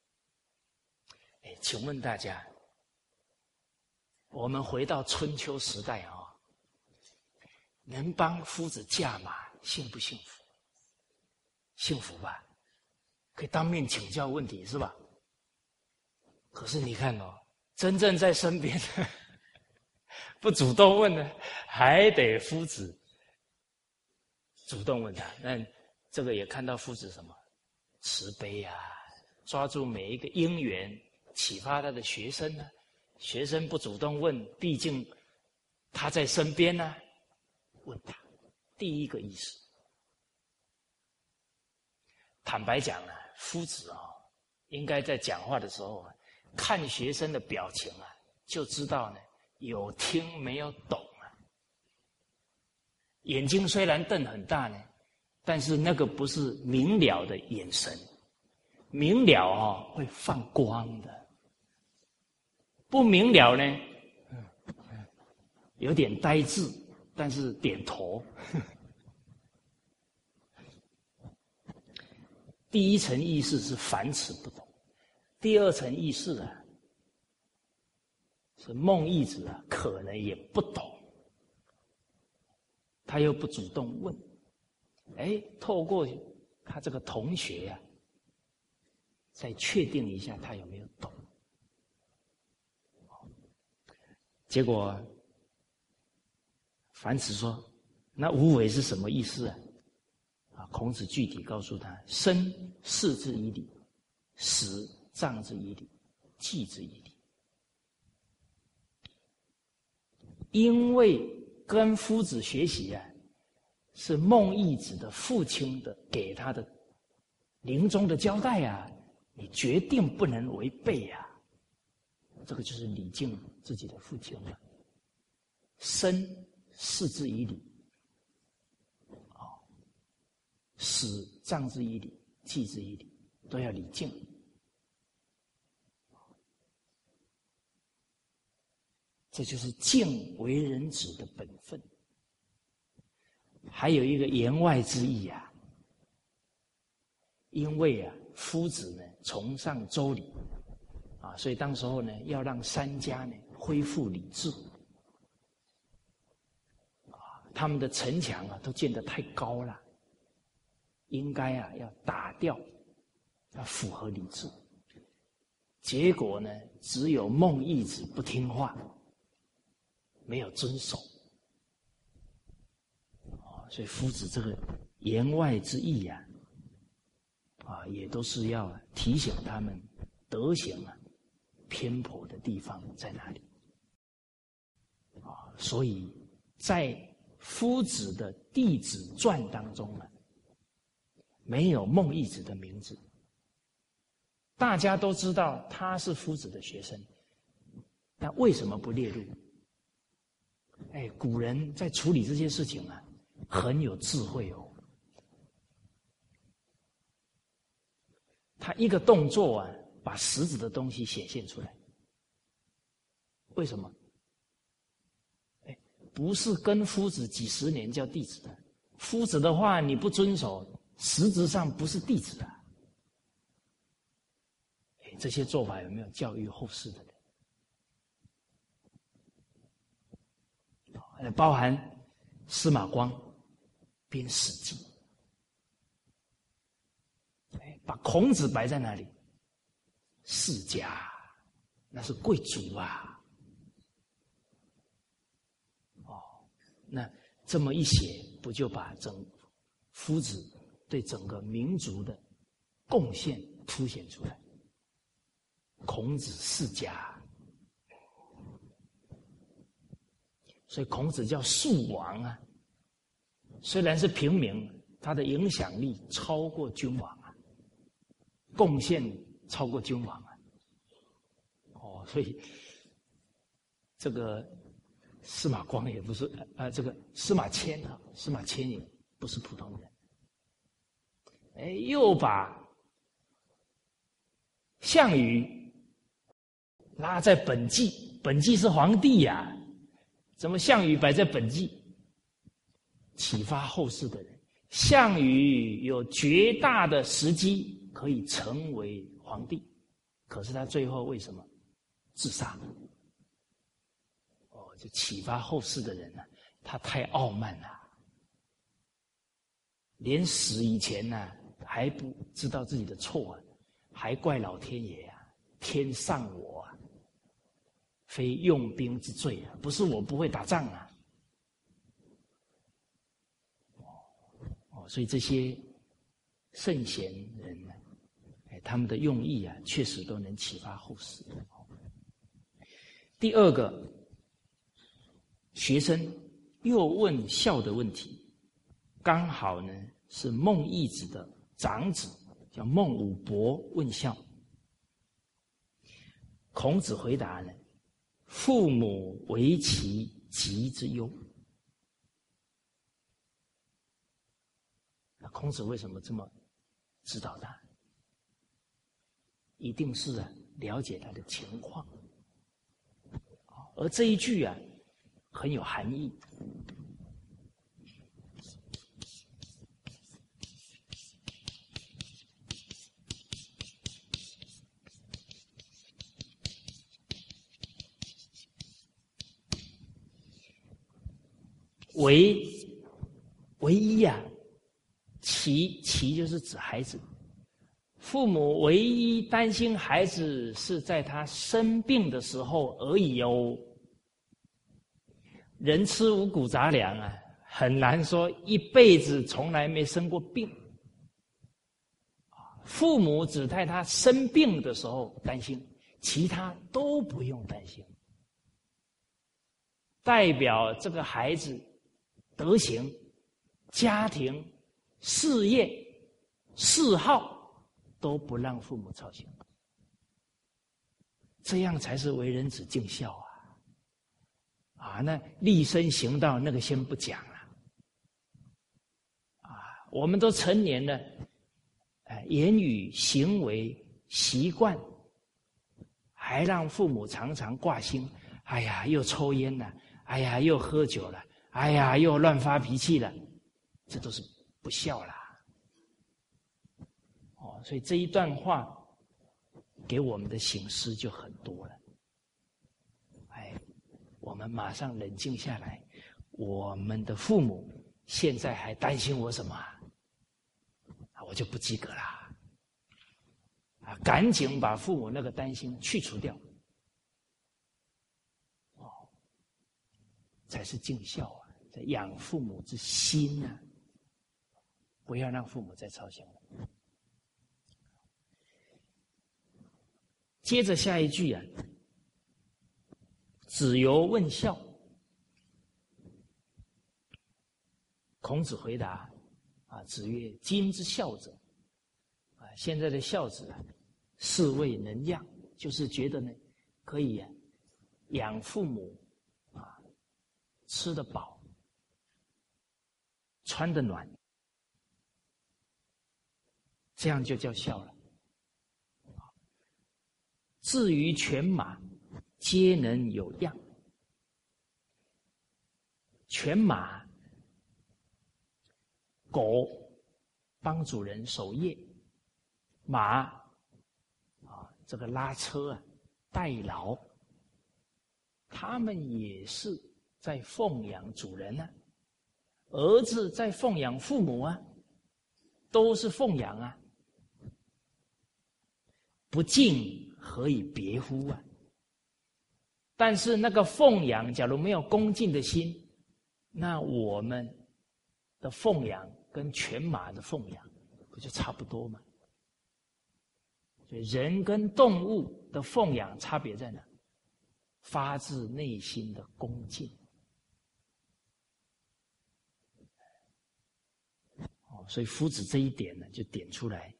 请问大家，我们回到春秋时代啊，能帮夫子驾马，幸不幸福？幸福吧，可以当面请教问题，是吧？可是你看哦，真正在身边的不主动问呢，还得夫子主动问他。那这个也看到夫子什么慈悲啊，抓住每一个因缘，启发他的学生呢。学生不主动问，毕竟他在身边呢，问他第一个意思。坦白讲啊，夫子应该在讲话的时候啊，看学生的表情啊，就知道呢有听没有懂啊。眼睛虽然瞪很大呢，但是那个不是明了的眼神，明了会放光的，不明了呢，有点呆滞，但是点头。第一层意思是樊迟不懂，第二层意思啊，是孟懿子啊，可能也不懂，他又不主动问，透过他这个同学啊，再确定一下他有没有懂。结果樊迟说：“那无为是什么意思啊？”孔子具体告诉他：“生视之以礼，死葬之以礼，祭之以礼。”因为跟夫子学习啊，是孟懿子的父亲的给他的临终的交代啊，你决定不能违背啊。这个就是礼敬自己的父亲了。生视之以礼，死葬之以礼，祭之以礼，都要礼敬。这就是敬为人子的本分。还有一个言外之意啊，因为啊，夫子呢崇尚周礼啊，所以当时候呢要让三家呢恢复礼制啊，他们的城墙啊都建得太高了。应该啊要打掉，要符合礼制。结果呢，只有孟懿子不听话，没有遵守。所以夫子这个言外之意啊，也都是要提醒他们德行啊偏颇的地方在哪里。所以在夫子的弟子传当中啊，没有孟懿子的名字，大家都知道他是夫子的学生，但为什么不列入？古人在处理这些事情啊，很有智慧哦。他一个动作啊，把实质的东西显现出来。为什么？不是跟夫子几十年叫弟子的，夫子的话你不遵守，实质上不是弟子啊。这些做法有没有教育后世的人？包含司马光编《史记》，把孔子摆在哪里？世家，那是贵族啊。那这么一写，不就把夫子对整个民族的贡献凸显出来？孔子世家， 所以孔子叫庶王啊。虽然是平民，他的影响力超过君王啊，贡献超过君王啊。所以这个司马光也不是这个司马迁啊，司马迁也不是普通人。又把项羽拉在本纪，本纪是皇帝呀，怎么项羽摆在本纪？启发后世的人，项羽有绝大的时机可以成为皇帝，可是他最后为什么自杀？就启发后世的人呢，他太傲慢了，连死以前呢还不知道自己的错啊，还怪老天爷啊，天上我啊，非用兵之罪啊，不是我不会打仗啊。所以这些圣贤人呢，他们的用意啊，确实都能启发后世。第二个，学生又问孝的问题，刚好呢是孟义子的长子，叫孟武伯问孝。孔子回答呢：父母为其疾之忧。孔子为什么这么指导他？一定是了解他的情况。而这一句啊，很有含义。唯一啊，其就是指孩子。父母唯一担心孩子是在他生病的时候而已哦。人吃五谷杂粮啊，很难说一辈子从来没生过病。父母只在他生病的时候担心，其他都不用担心。代表这个孩子德行、家庭、事业、嗜好都不让父母操心，这样才是为人子尽孝啊！那立身行道那个先不讲了，我们都成年了，言语行为习惯，还让父母常常挂心。哎呀，又抽烟了，哎呀，又喝酒了，哎呀，又乱发脾气了，这都是不孝啦。所以这一段话给我们的省思就很多了。我们马上冷静下来，我们的父母现在还担心我什么？我就不及格啦！赶紧把父母那个担心去除掉，才是尽孝啊！养父母之心啊，不要让父母再操心了。接着下一句啊，子游问孝。孔子回答子曰：今之孝者，现在的孝子是谓能养，就是觉得呢可以养父母吃得饱，穿得暖，这样就叫孝了。至于犬马，皆能有样。犬马，狗帮主人守夜，马这个拉车代劳，他们也是在奉养主人啊。儿子在奉养父母啊，都是奉养啊。不敬何以别乎啊？但是那个奉养，假如没有恭敬的心，那我们的奉养跟犬马的奉养不就差不多吗？所以人跟动物的奉养差别在哪？发自内心的恭敬， 所以夫子这一点呢，就点出来，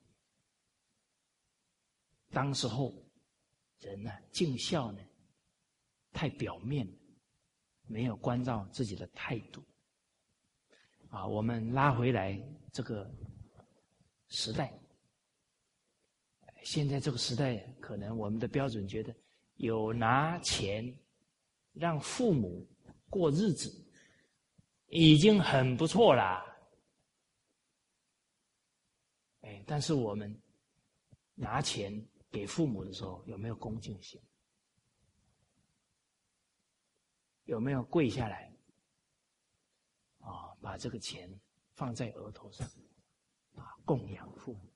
当时候人呢尽孝呢太表面了，没有关照自己的态度。我们拉回来这个时代，现在这个时代，可能我们的标准觉得有拿钱让父母过日子已经很不错啦。但是我们拿钱给父母的时候，有没有恭敬心？有没有跪下来把这个钱放在额头上供养父母？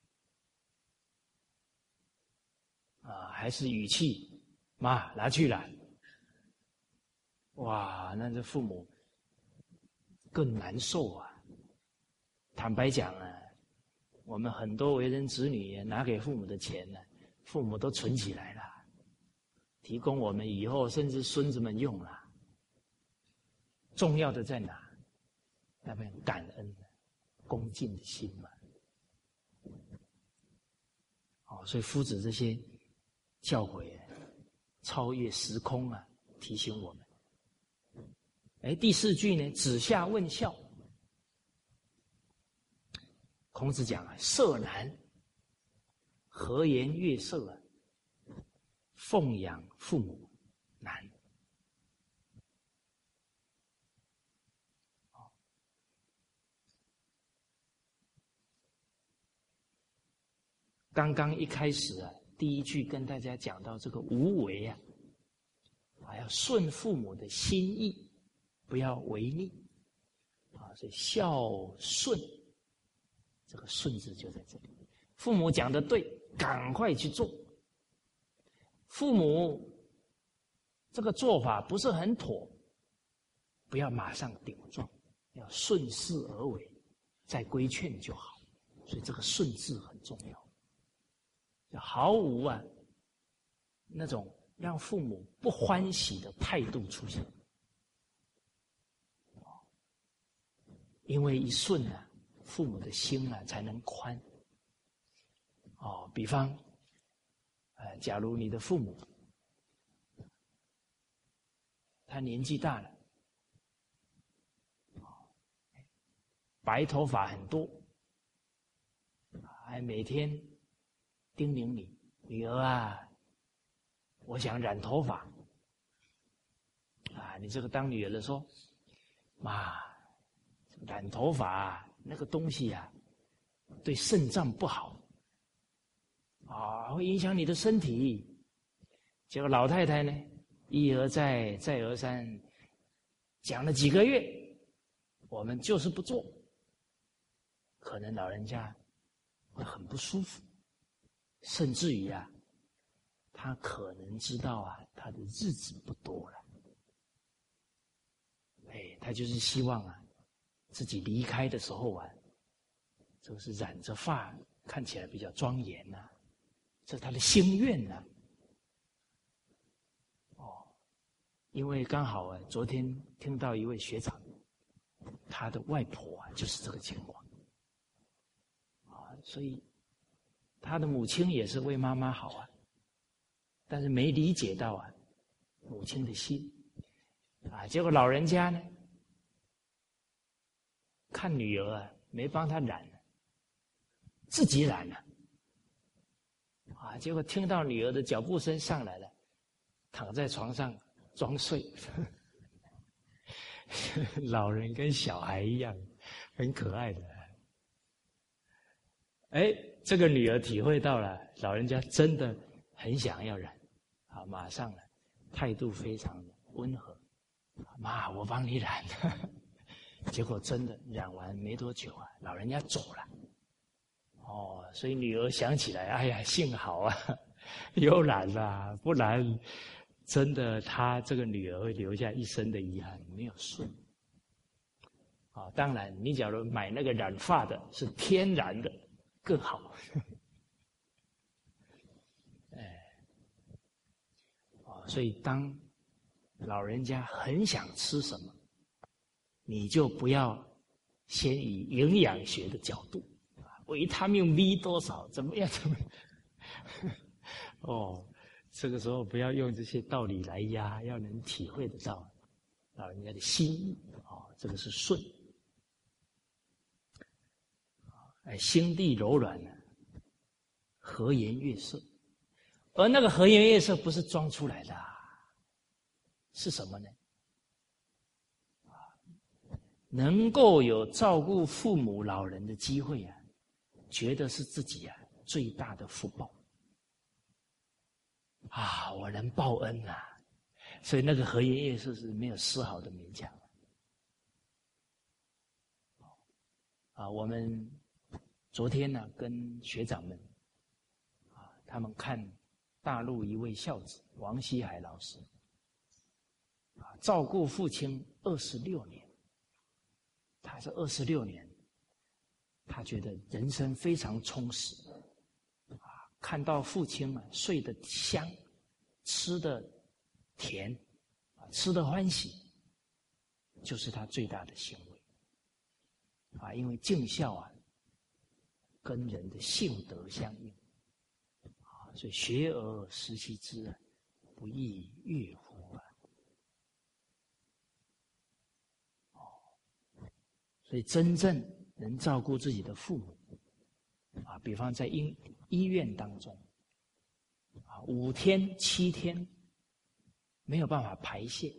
还是语气妈拿去了？哇，那这父母更难受啊！坦白讲啊，我们很多为人子女拿给父母的钱呢，父母都存起来了，提供我们以后甚至孙子们用了。重要的在哪？那份感恩的、恭敬的心嘛。所以夫子这些教诲超越时空啊，提醒我们。第4句呢，子夏问孝。孔子讲色难，和颜悦色奉养父母难。刚刚一开始第1句跟大家讲到这个无为要顺父母的心意，不要违逆所以孝顺，这个顺字就在这里。父母讲的对，赶快去做。父母这个做法不是很妥，不要马上顶撞，要顺势而为，再规劝就好。所以这个顺字很重要，毫无那种让父母不欢喜的态度出现。因为一顺父母的心才能宽。比方假如你的父母他年纪大了，白头发很多，还每天叮咛你，女儿我想染头发。你这个当女儿的说，妈，染头发那个东西对肾脏不好会影响你的身体。结果老太太呢，一而再再而三讲了几个月，我们就是不做，可能老人家会很不舒服，甚至于他可能知道他的日子不多了。他就是希望自己离开的时候就是染着发，看起来比较庄严这是他的心愿因为刚好昨天听到一位学长，他的外婆就是这个情况所以他的母亲也是为妈妈好但是没理解到母亲的心结果老人家呢，看女儿没帮她染自己染了结果听到女儿的脚步声上来了，躺在床上装睡老人跟小孩一样，很可爱的。这个女儿体会到了老人家真的很想要染马上态度非常的温和，妈我帮你染结果真的染完没多久老人家走了所以女儿想起来，哎呀幸好有染了，不然真的她这个女儿会留下一生的遗憾，没有顺当然你假如买那个染发的是天然的更好所以当老人家很想吃什么，你就不要先以营养学的角度，维他命 V 多少，怎么样？哦，这个时候不要用这些道理来压，要能体会得到老人家的心意这个是顺。心地柔软呢，和颜悦色，而那个和颜悦色不是装出来的是什么呢？能够有照顾父母老人的机会觉得是自己最大的福报我能报恩所以那个和颜悦色是没有丝毫的勉强我们昨天呢跟学长们他们看大陆一位孝子王希海老师照顾父亲26年，他是26年，他觉得人生非常充实看到父亲睡得香，吃得甜，吃得欢喜，就是他最大的欣慰因为尽孝跟人的性德相应所以学而时习之不亦乐乎所以真正能照顾自己的父母比方在医院当中5天7天没有办法排泄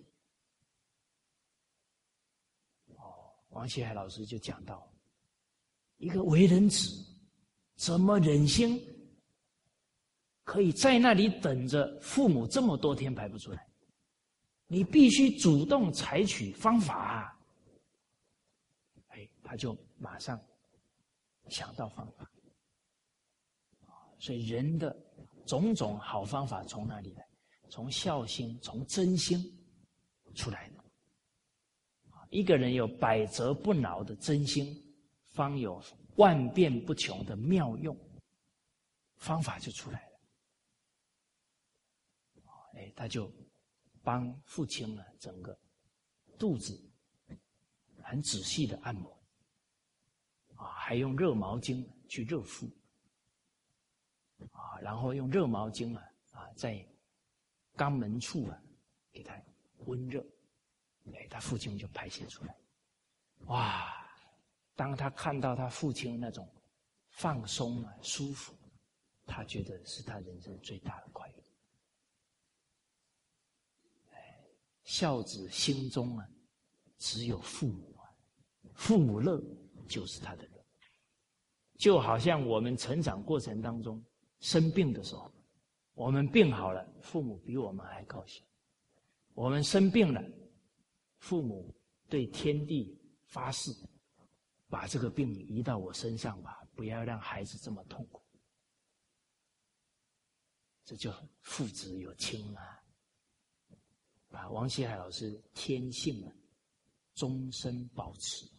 王希海老师就讲到，一个为人子怎么忍心可以在那里等着父母这么多天排不出来？你必须主动采取方法他就马上想到方法所以人的种种好方法从哪里来？从孝心，从真心出来的一个人有百折不挠的真心，方有万变不穷的妙用，方法就出来了他就帮父亲整个肚子很仔细的按摩还用热毛巾去热敷然后用热毛巾在肛门处给他温热他父亲就排泄出来哇！当他看到他父亲那种放松舒服，他觉得是他人生最大的快乐孝子心中只有父母父母乐就是他的乐就好像我们成长过程当中生病的时候，我们病好了，父母比我们还高兴。我们生病了，父母对天地发誓，把这个病移到我身上吧，不要让孩子这么痛苦。这就父子有亲王希海老师天性终身保持，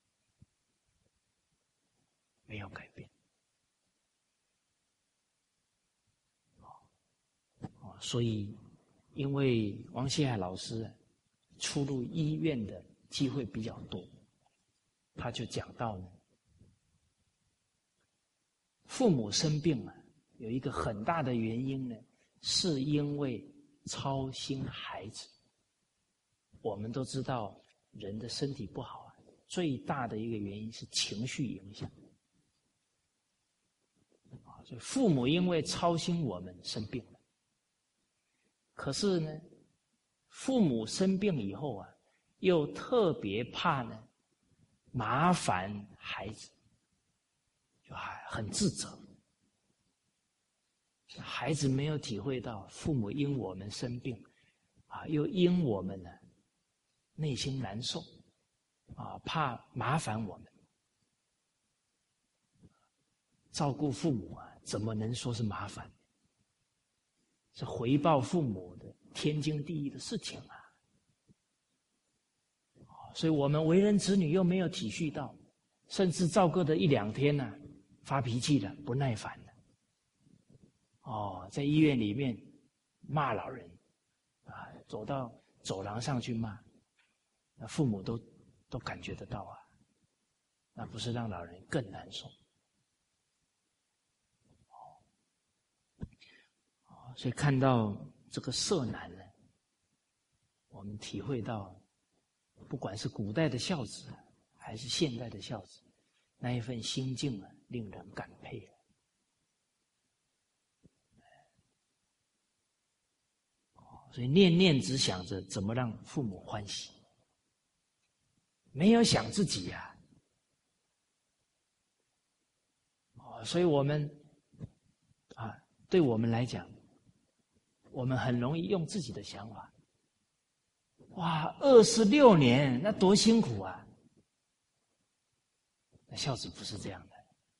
没有改变。所以因为王希海老师出入医院的机会比较多，他就讲到父母生病有一个很大的原因是因为操心孩子。我们都知道人的身体不好最大的一个原因是情绪影响。所以父母因为操心我们生病了，可是父母生病以后又特别怕麻烦孩子，就很自责。孩子没有体会到父母因我们生病又因我们内心难受怕麻烦我们。照顾父母怎么能说是麻烦？是回报父母的天经地义的事情所以我们为人子女又没有体恤到，甚至照顾的1-2天发脾气了，不耐烦了在医院里面骂老人走到走廊上去骂，父母都感觉得到那不是让老人更难受。所以看到这个色难呢，我们体会到，不管是古代的孝子，还是现代的孝子，那一份心境啊，令人感佩。所以念念只想着怎么让父母欢喜，没有想自己呀。所以我们对我们来讲，我们很容易用自己的想法。哇，26年，那多辛苦啊！那孝子不是这样的。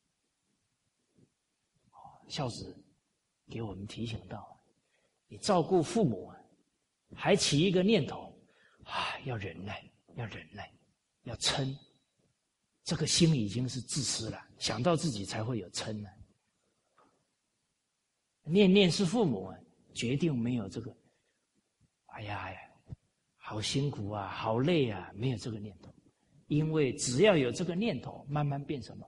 孝子给我们提醒到，你照顾父母啊，还起一个念头要忍耐，要忍耐，要撑。这个心已经是自私了，想到自己才会有嗔呢。念念是父母啊，决定没有这个，哎呀，好辛苦啊，好累啊，没有这个念头。因为只要有这个念头，慢慢变什么？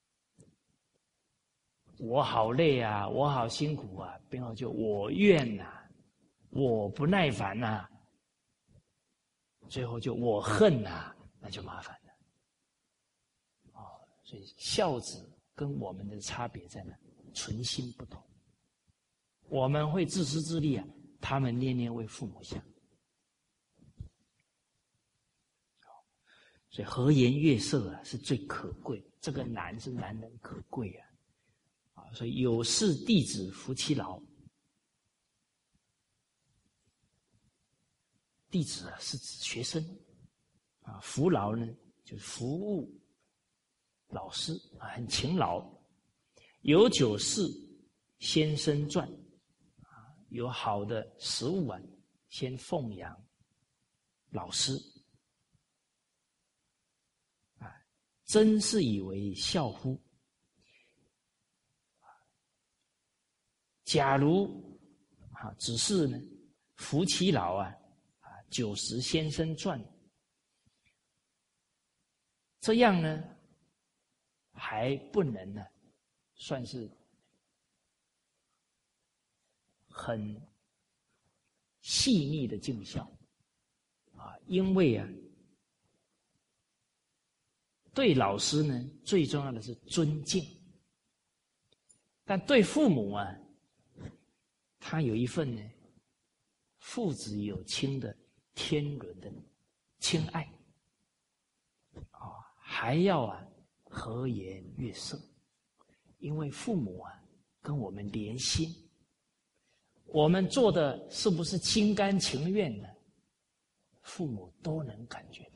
我好累啊，我好辛苦啊，变后就我怨啊，我不耐烦啊，最后就我恨啊，那就麻烦了。所以孝子跟我们的差别在哪？存心不同。我们会自私自利啊，他们念念为父母想。所以和颜悦色啊，是最可贵。这个难是难能可贵啊！所以有事弟子服其劳。弟子啊，是指学生啊，服劳呢就是服务老师啊，很勤劳。有酒肆，先生馔啊，有好的食物啊，先奉养老师啊，真是以为孝乎？假如只是呢服其劳酒食先生馔，这样呢还不能呢算是很细腻的尽孝因为对老师呢最重要的是尊敬，但对父母他有一份呢父子有亲的天伦的亲爱还要和颜悦色，因为父母跟我们连心，我们做的是不是心甘情愿呢？父母都能感觉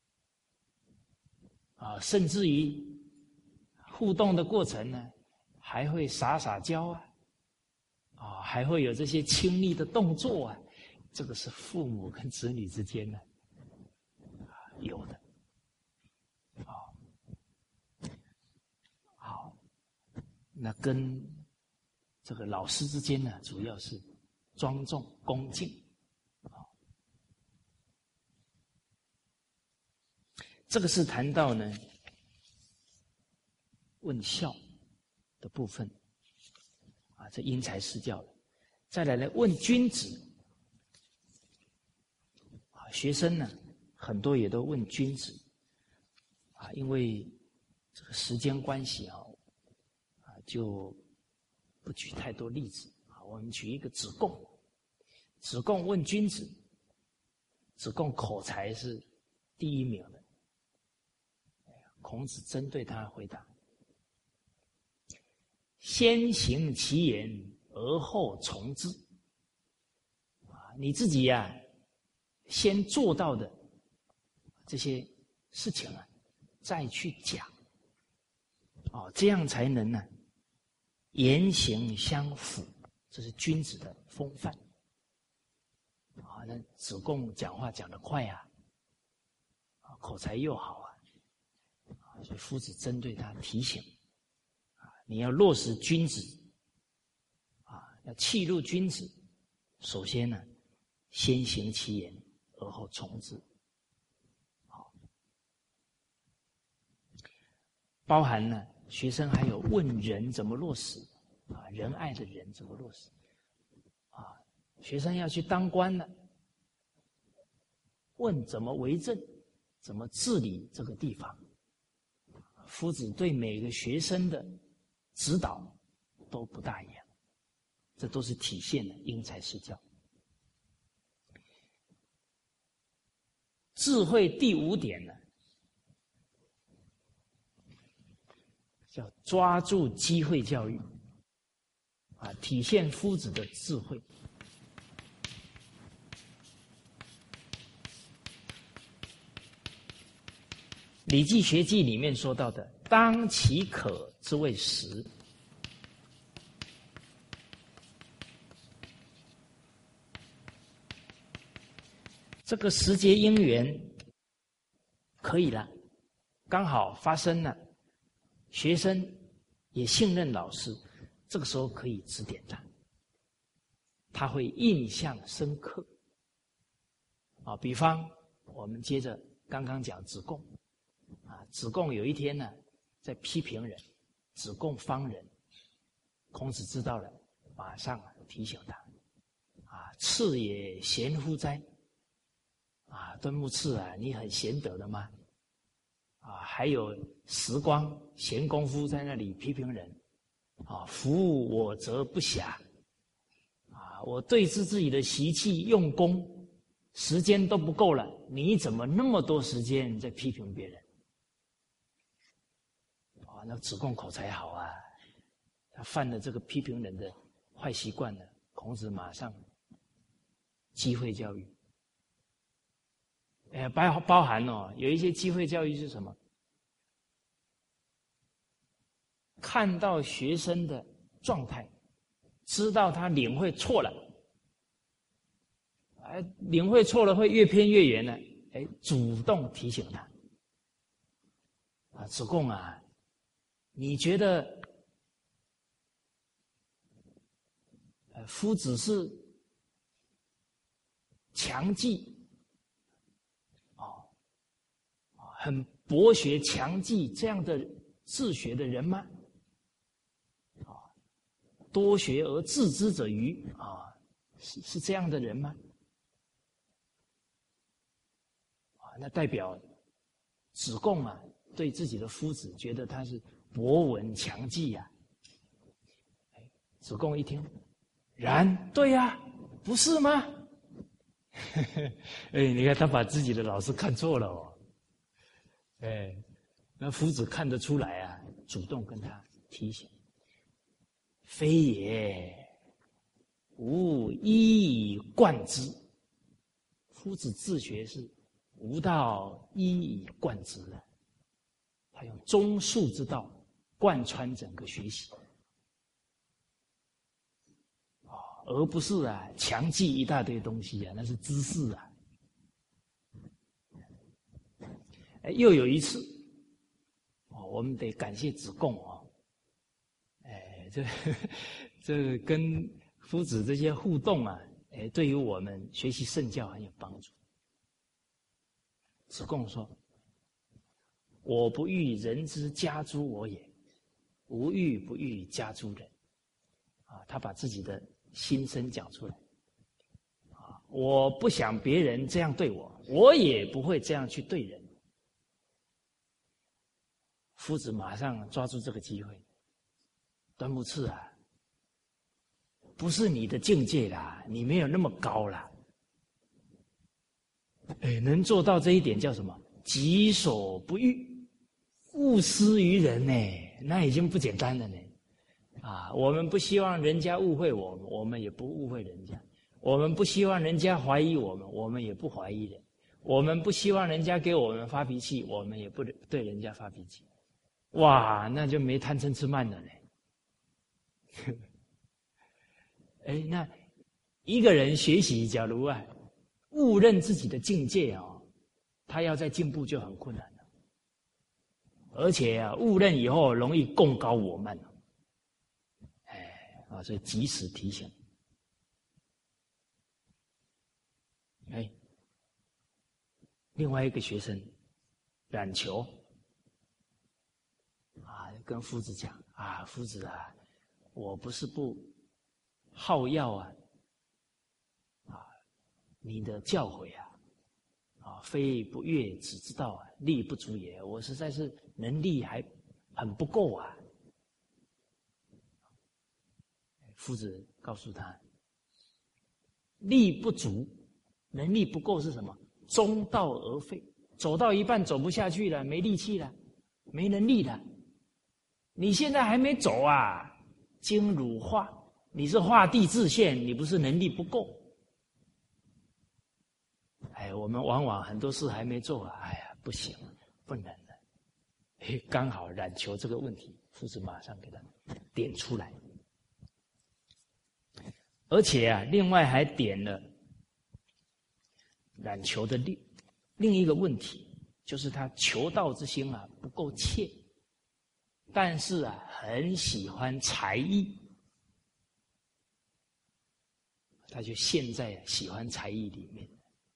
到甚至于互动的过程呢，还会撒撒娇还会有这些亲昵的动作这个是父母跟子女之间呢有的好，那跟这个老师之间呢，主要是庄重恭敬这个是谈到呢问孝的部分这因材施教的。再来问君子学生呢很多也都问君子因为这个时间关系就不举太多例子我们举一个子贡。子贡问君子，子贡口才是第一名的，孔子针对他回答：先行其言，而后从之。你自己先做到的这些事情再去讲这样才能呢言行相符，这是君子的风范那子贡讲话讲得快口才又好所以夫子针对他提醒你要落实君子要契入君子，首先呢先行其言，而后从之包含了学生还有问人怎么落实啊，仁爱的人怎么落实啊？学生要去当官了，问怎么为政，怎么治理这个地方。夫子对每个学生的指导都不大一样，这都是体现了因材施教。智慧第5点呢，叫抓住机会教育，啊，体现夫子的智慧。《礼记学记》里面说到的“当其可之谓时”，这个时节因缘可以了，刚好发生了，学生也信任老师，这个时候可以指点他，他会印象深刻。啊，比方我们接着刚刚讲子贡，啊，子贡有一天呢，在批评人，子贡方人，孔子知道了，马上提醒他，啊，次也贤乎哉？啊，敦睦次啊，你很贤德的吗？啊，还有时光闲工夫在那里批评人，啊，夫我则不暇，啊，我对治自己的习气用功，时间都不够了，你怎么那么多时间在批评别人？啊，那子贡口才好啊，他犯了这个批评人的坏习惯了，孔子马上机会教育。包含有一些机会教育是什么？看到学生的状态，知道他领会错了，领会错了会越偏越远呢，主动提醒他。啊，子贡啊，你觉得夫子是强记？很博学强记这样的自学的人吗？啊，多学而自知者愚啊，是这样的人吗？啊，那代表子贡啊，对自己的夫子觉得他是博闻强记呀。子贡一听，然对呀，不是吗？你看他把自己的老师看错了哦。那夫子看得出来啊，主动跟他提醒：非也，吾一以贯之。夫子自学是吾道一以贯之的，他用中恕之道贯穿整个学习，而不是强记一大堆东西啊，那是知识啊。又有一次，我们得感谢子贡哦，这跟夫子这些互动啊，对于我们学习圣教很有帮助。子贡说：“我不欲人之加诸我也，吾欲不欲加诸人。”啊，他把自己的心声讲出来。啊，我不想别人这样对我，我也不会这样去对人。夫子马上抓住这个机会，端木赐啊，不是你的境界啦，你没有那么高啦。能做到这一点叫什么？己所不欲，勿施于人呢，那已经不简单了呢。啊，我们不希望人家误会我们，我们也不误会人家；我们不希望人家怀疑我们，我们也不怀疑人；我们不希望人家给我们发脾气，我们也不对人家发脾气。哇，那就没贪嗔痴慢了呢。那一个人学习，假如误认自己的境界他要再进步就很困难了。而且误认以后容易共高我慢了。所以及时提醒。另外一个学生冉求跟夫子讲啊，夫子啊，我不是不好要啊，你的教诲非不悦，只知道力不足也。我实在是能力还很不够啊。夫子告诉他，力不足，能力不够是什么？中道而废，走到一半走不下去了，没力气了，没能力了。你现在还没走啊，经汝化，你是画地自限，你不是能力不够。我们往往很多事还没做啊，不行，不能了。刚好冉求这个问题，夫子马上给他点出来。而且另外还点了冉求的另一个问题，就是他求道之心不够切，但是很喜欢才艺，他就陷在喜欢才艺里面。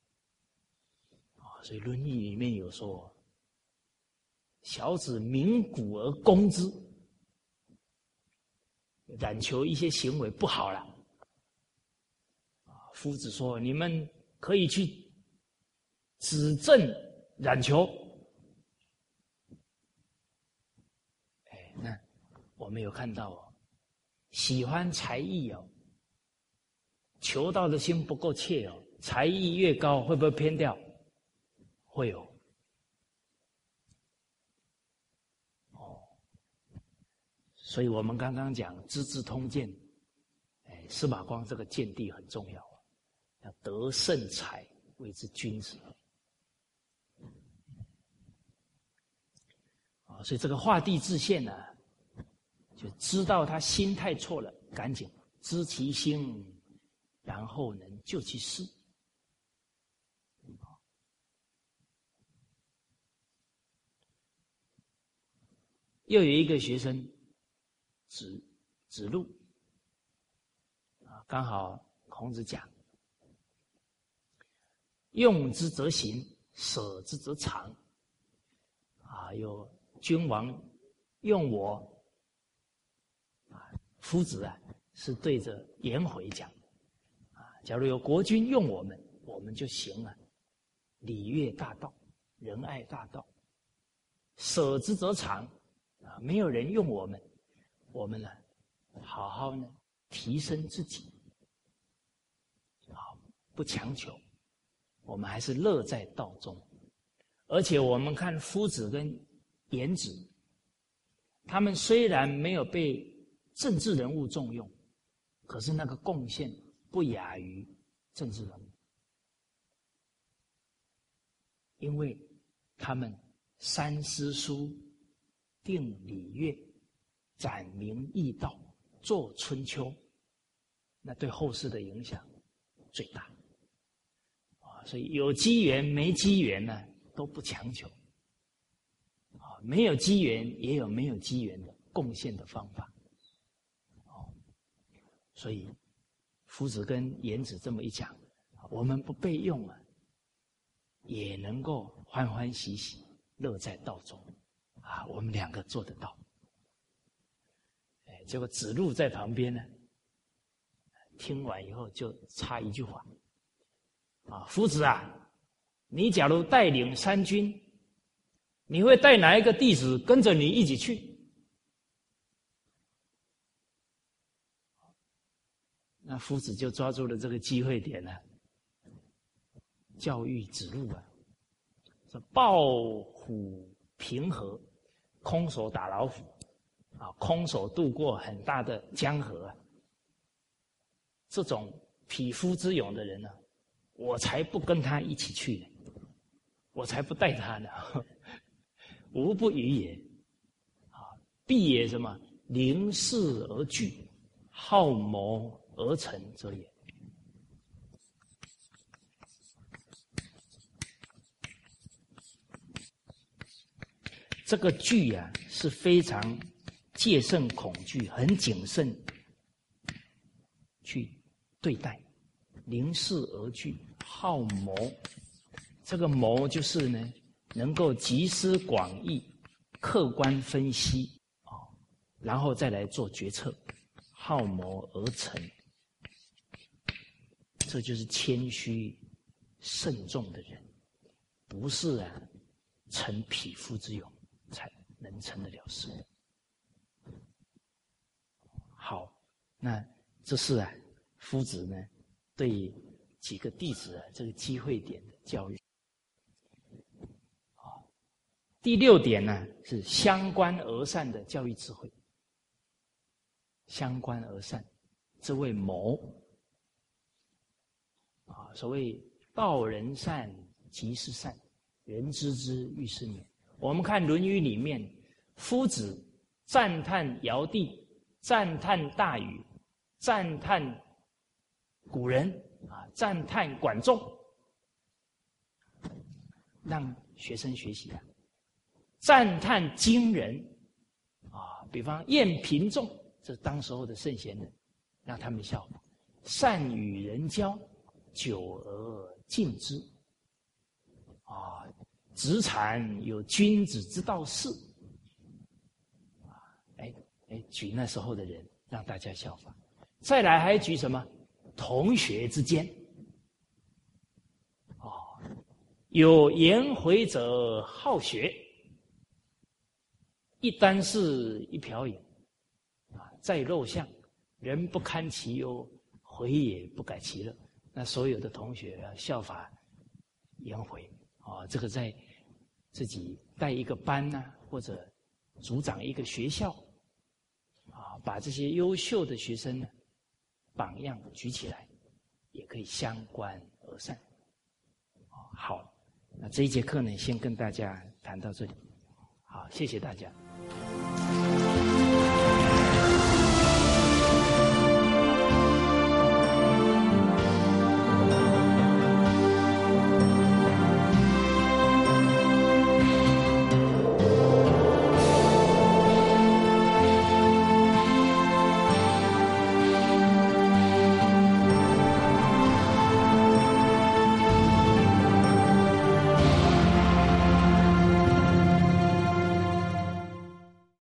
所以《论语》里面有说：“小子鸣鼓而攻之。”冉求一些行为不好了，夫子说：“你们可以去指正冉求。”那我们有看到喜欢才艺求道的心不够切才艺越高会不会偏掉？会有。所以我们刚刚讲《资治通鉴》，司马光这个见地很重要，要得胜才谓之君子。所以这个画地自限就知道他心态错了，赶紧知其心，然后能救其事。又有一个学生子路刚好孔子讲：用之则行，舍之则藏。有君王用我，夫子是对着颜回讲的。假如有国君用我们，我们就行礼乐大道，仁爱大道。舍之则藏。没有人用我们，我们好好提升自己，不强求，我们还是乐在道中。而且我们看夫子跟颜子，他们虽然没有被政治人物重用，可是那个贡献不亚于政治人物，因为他们三思书，定礼乐，展明义道，做春秋，那对后世的影响最大。所以有机缘没机缘都不强求。没有机缘也有没有机缘的贡献的方法。所以夫子跟颜子这么一讲，我们不被用也能够欢欢喜喜，乐在道中。我们两个做得到。结果子路在旁边听完以后就插一句话：夫子你假如带领三军，你会带哪一个弟子跟着你一起去？那夫子就抓住了这个机会点教育子路说：抱虎平和，空手打老虎空手渡过很大的江河这种匹夫之勇的人我才不跟他一起去呢，我才不带他呢。吾不与也。必也什么？临事而惧，好谋而成者也。这个惧是非常戒慎恐惧，很谨慎去对待。临事而惧，好谋。这个谋就是能够集思广益，客观分析然后再来做决策，好谋而成。这就是谦虚慎重的人，不是逞匹夫之勇才能成得了事。好，那这是夫子呢对几个弟子这个机会点的教育。第6点呢是相关而善的教育智慧。相关而善，这谓谋。所谓道人善，即是善，人知之，愈是美。我们看《论语》里面，夫子赞叹尧帝，赞叹大禹，赞叹古人赞叹管仲，让学生学习赞叹今人比方晏平仲，这是当时候的圣贤人，让他们效仿。善与人交，久而敬之。子产有君子之道事。举那时候的人让大家效仿。再来还举什么？同学之间。有颜回者好学，一箪食，一瓢饮。在陋巷，人不堪其忧，回也不改其乐。那所有的同学效法颜回这个在自己带一个班或者组长一个学校把这些优秀的学生榜样举起来，也可以相关而善。好，那这一节课呢，先跟大家谈到这里。好，谢谢大家。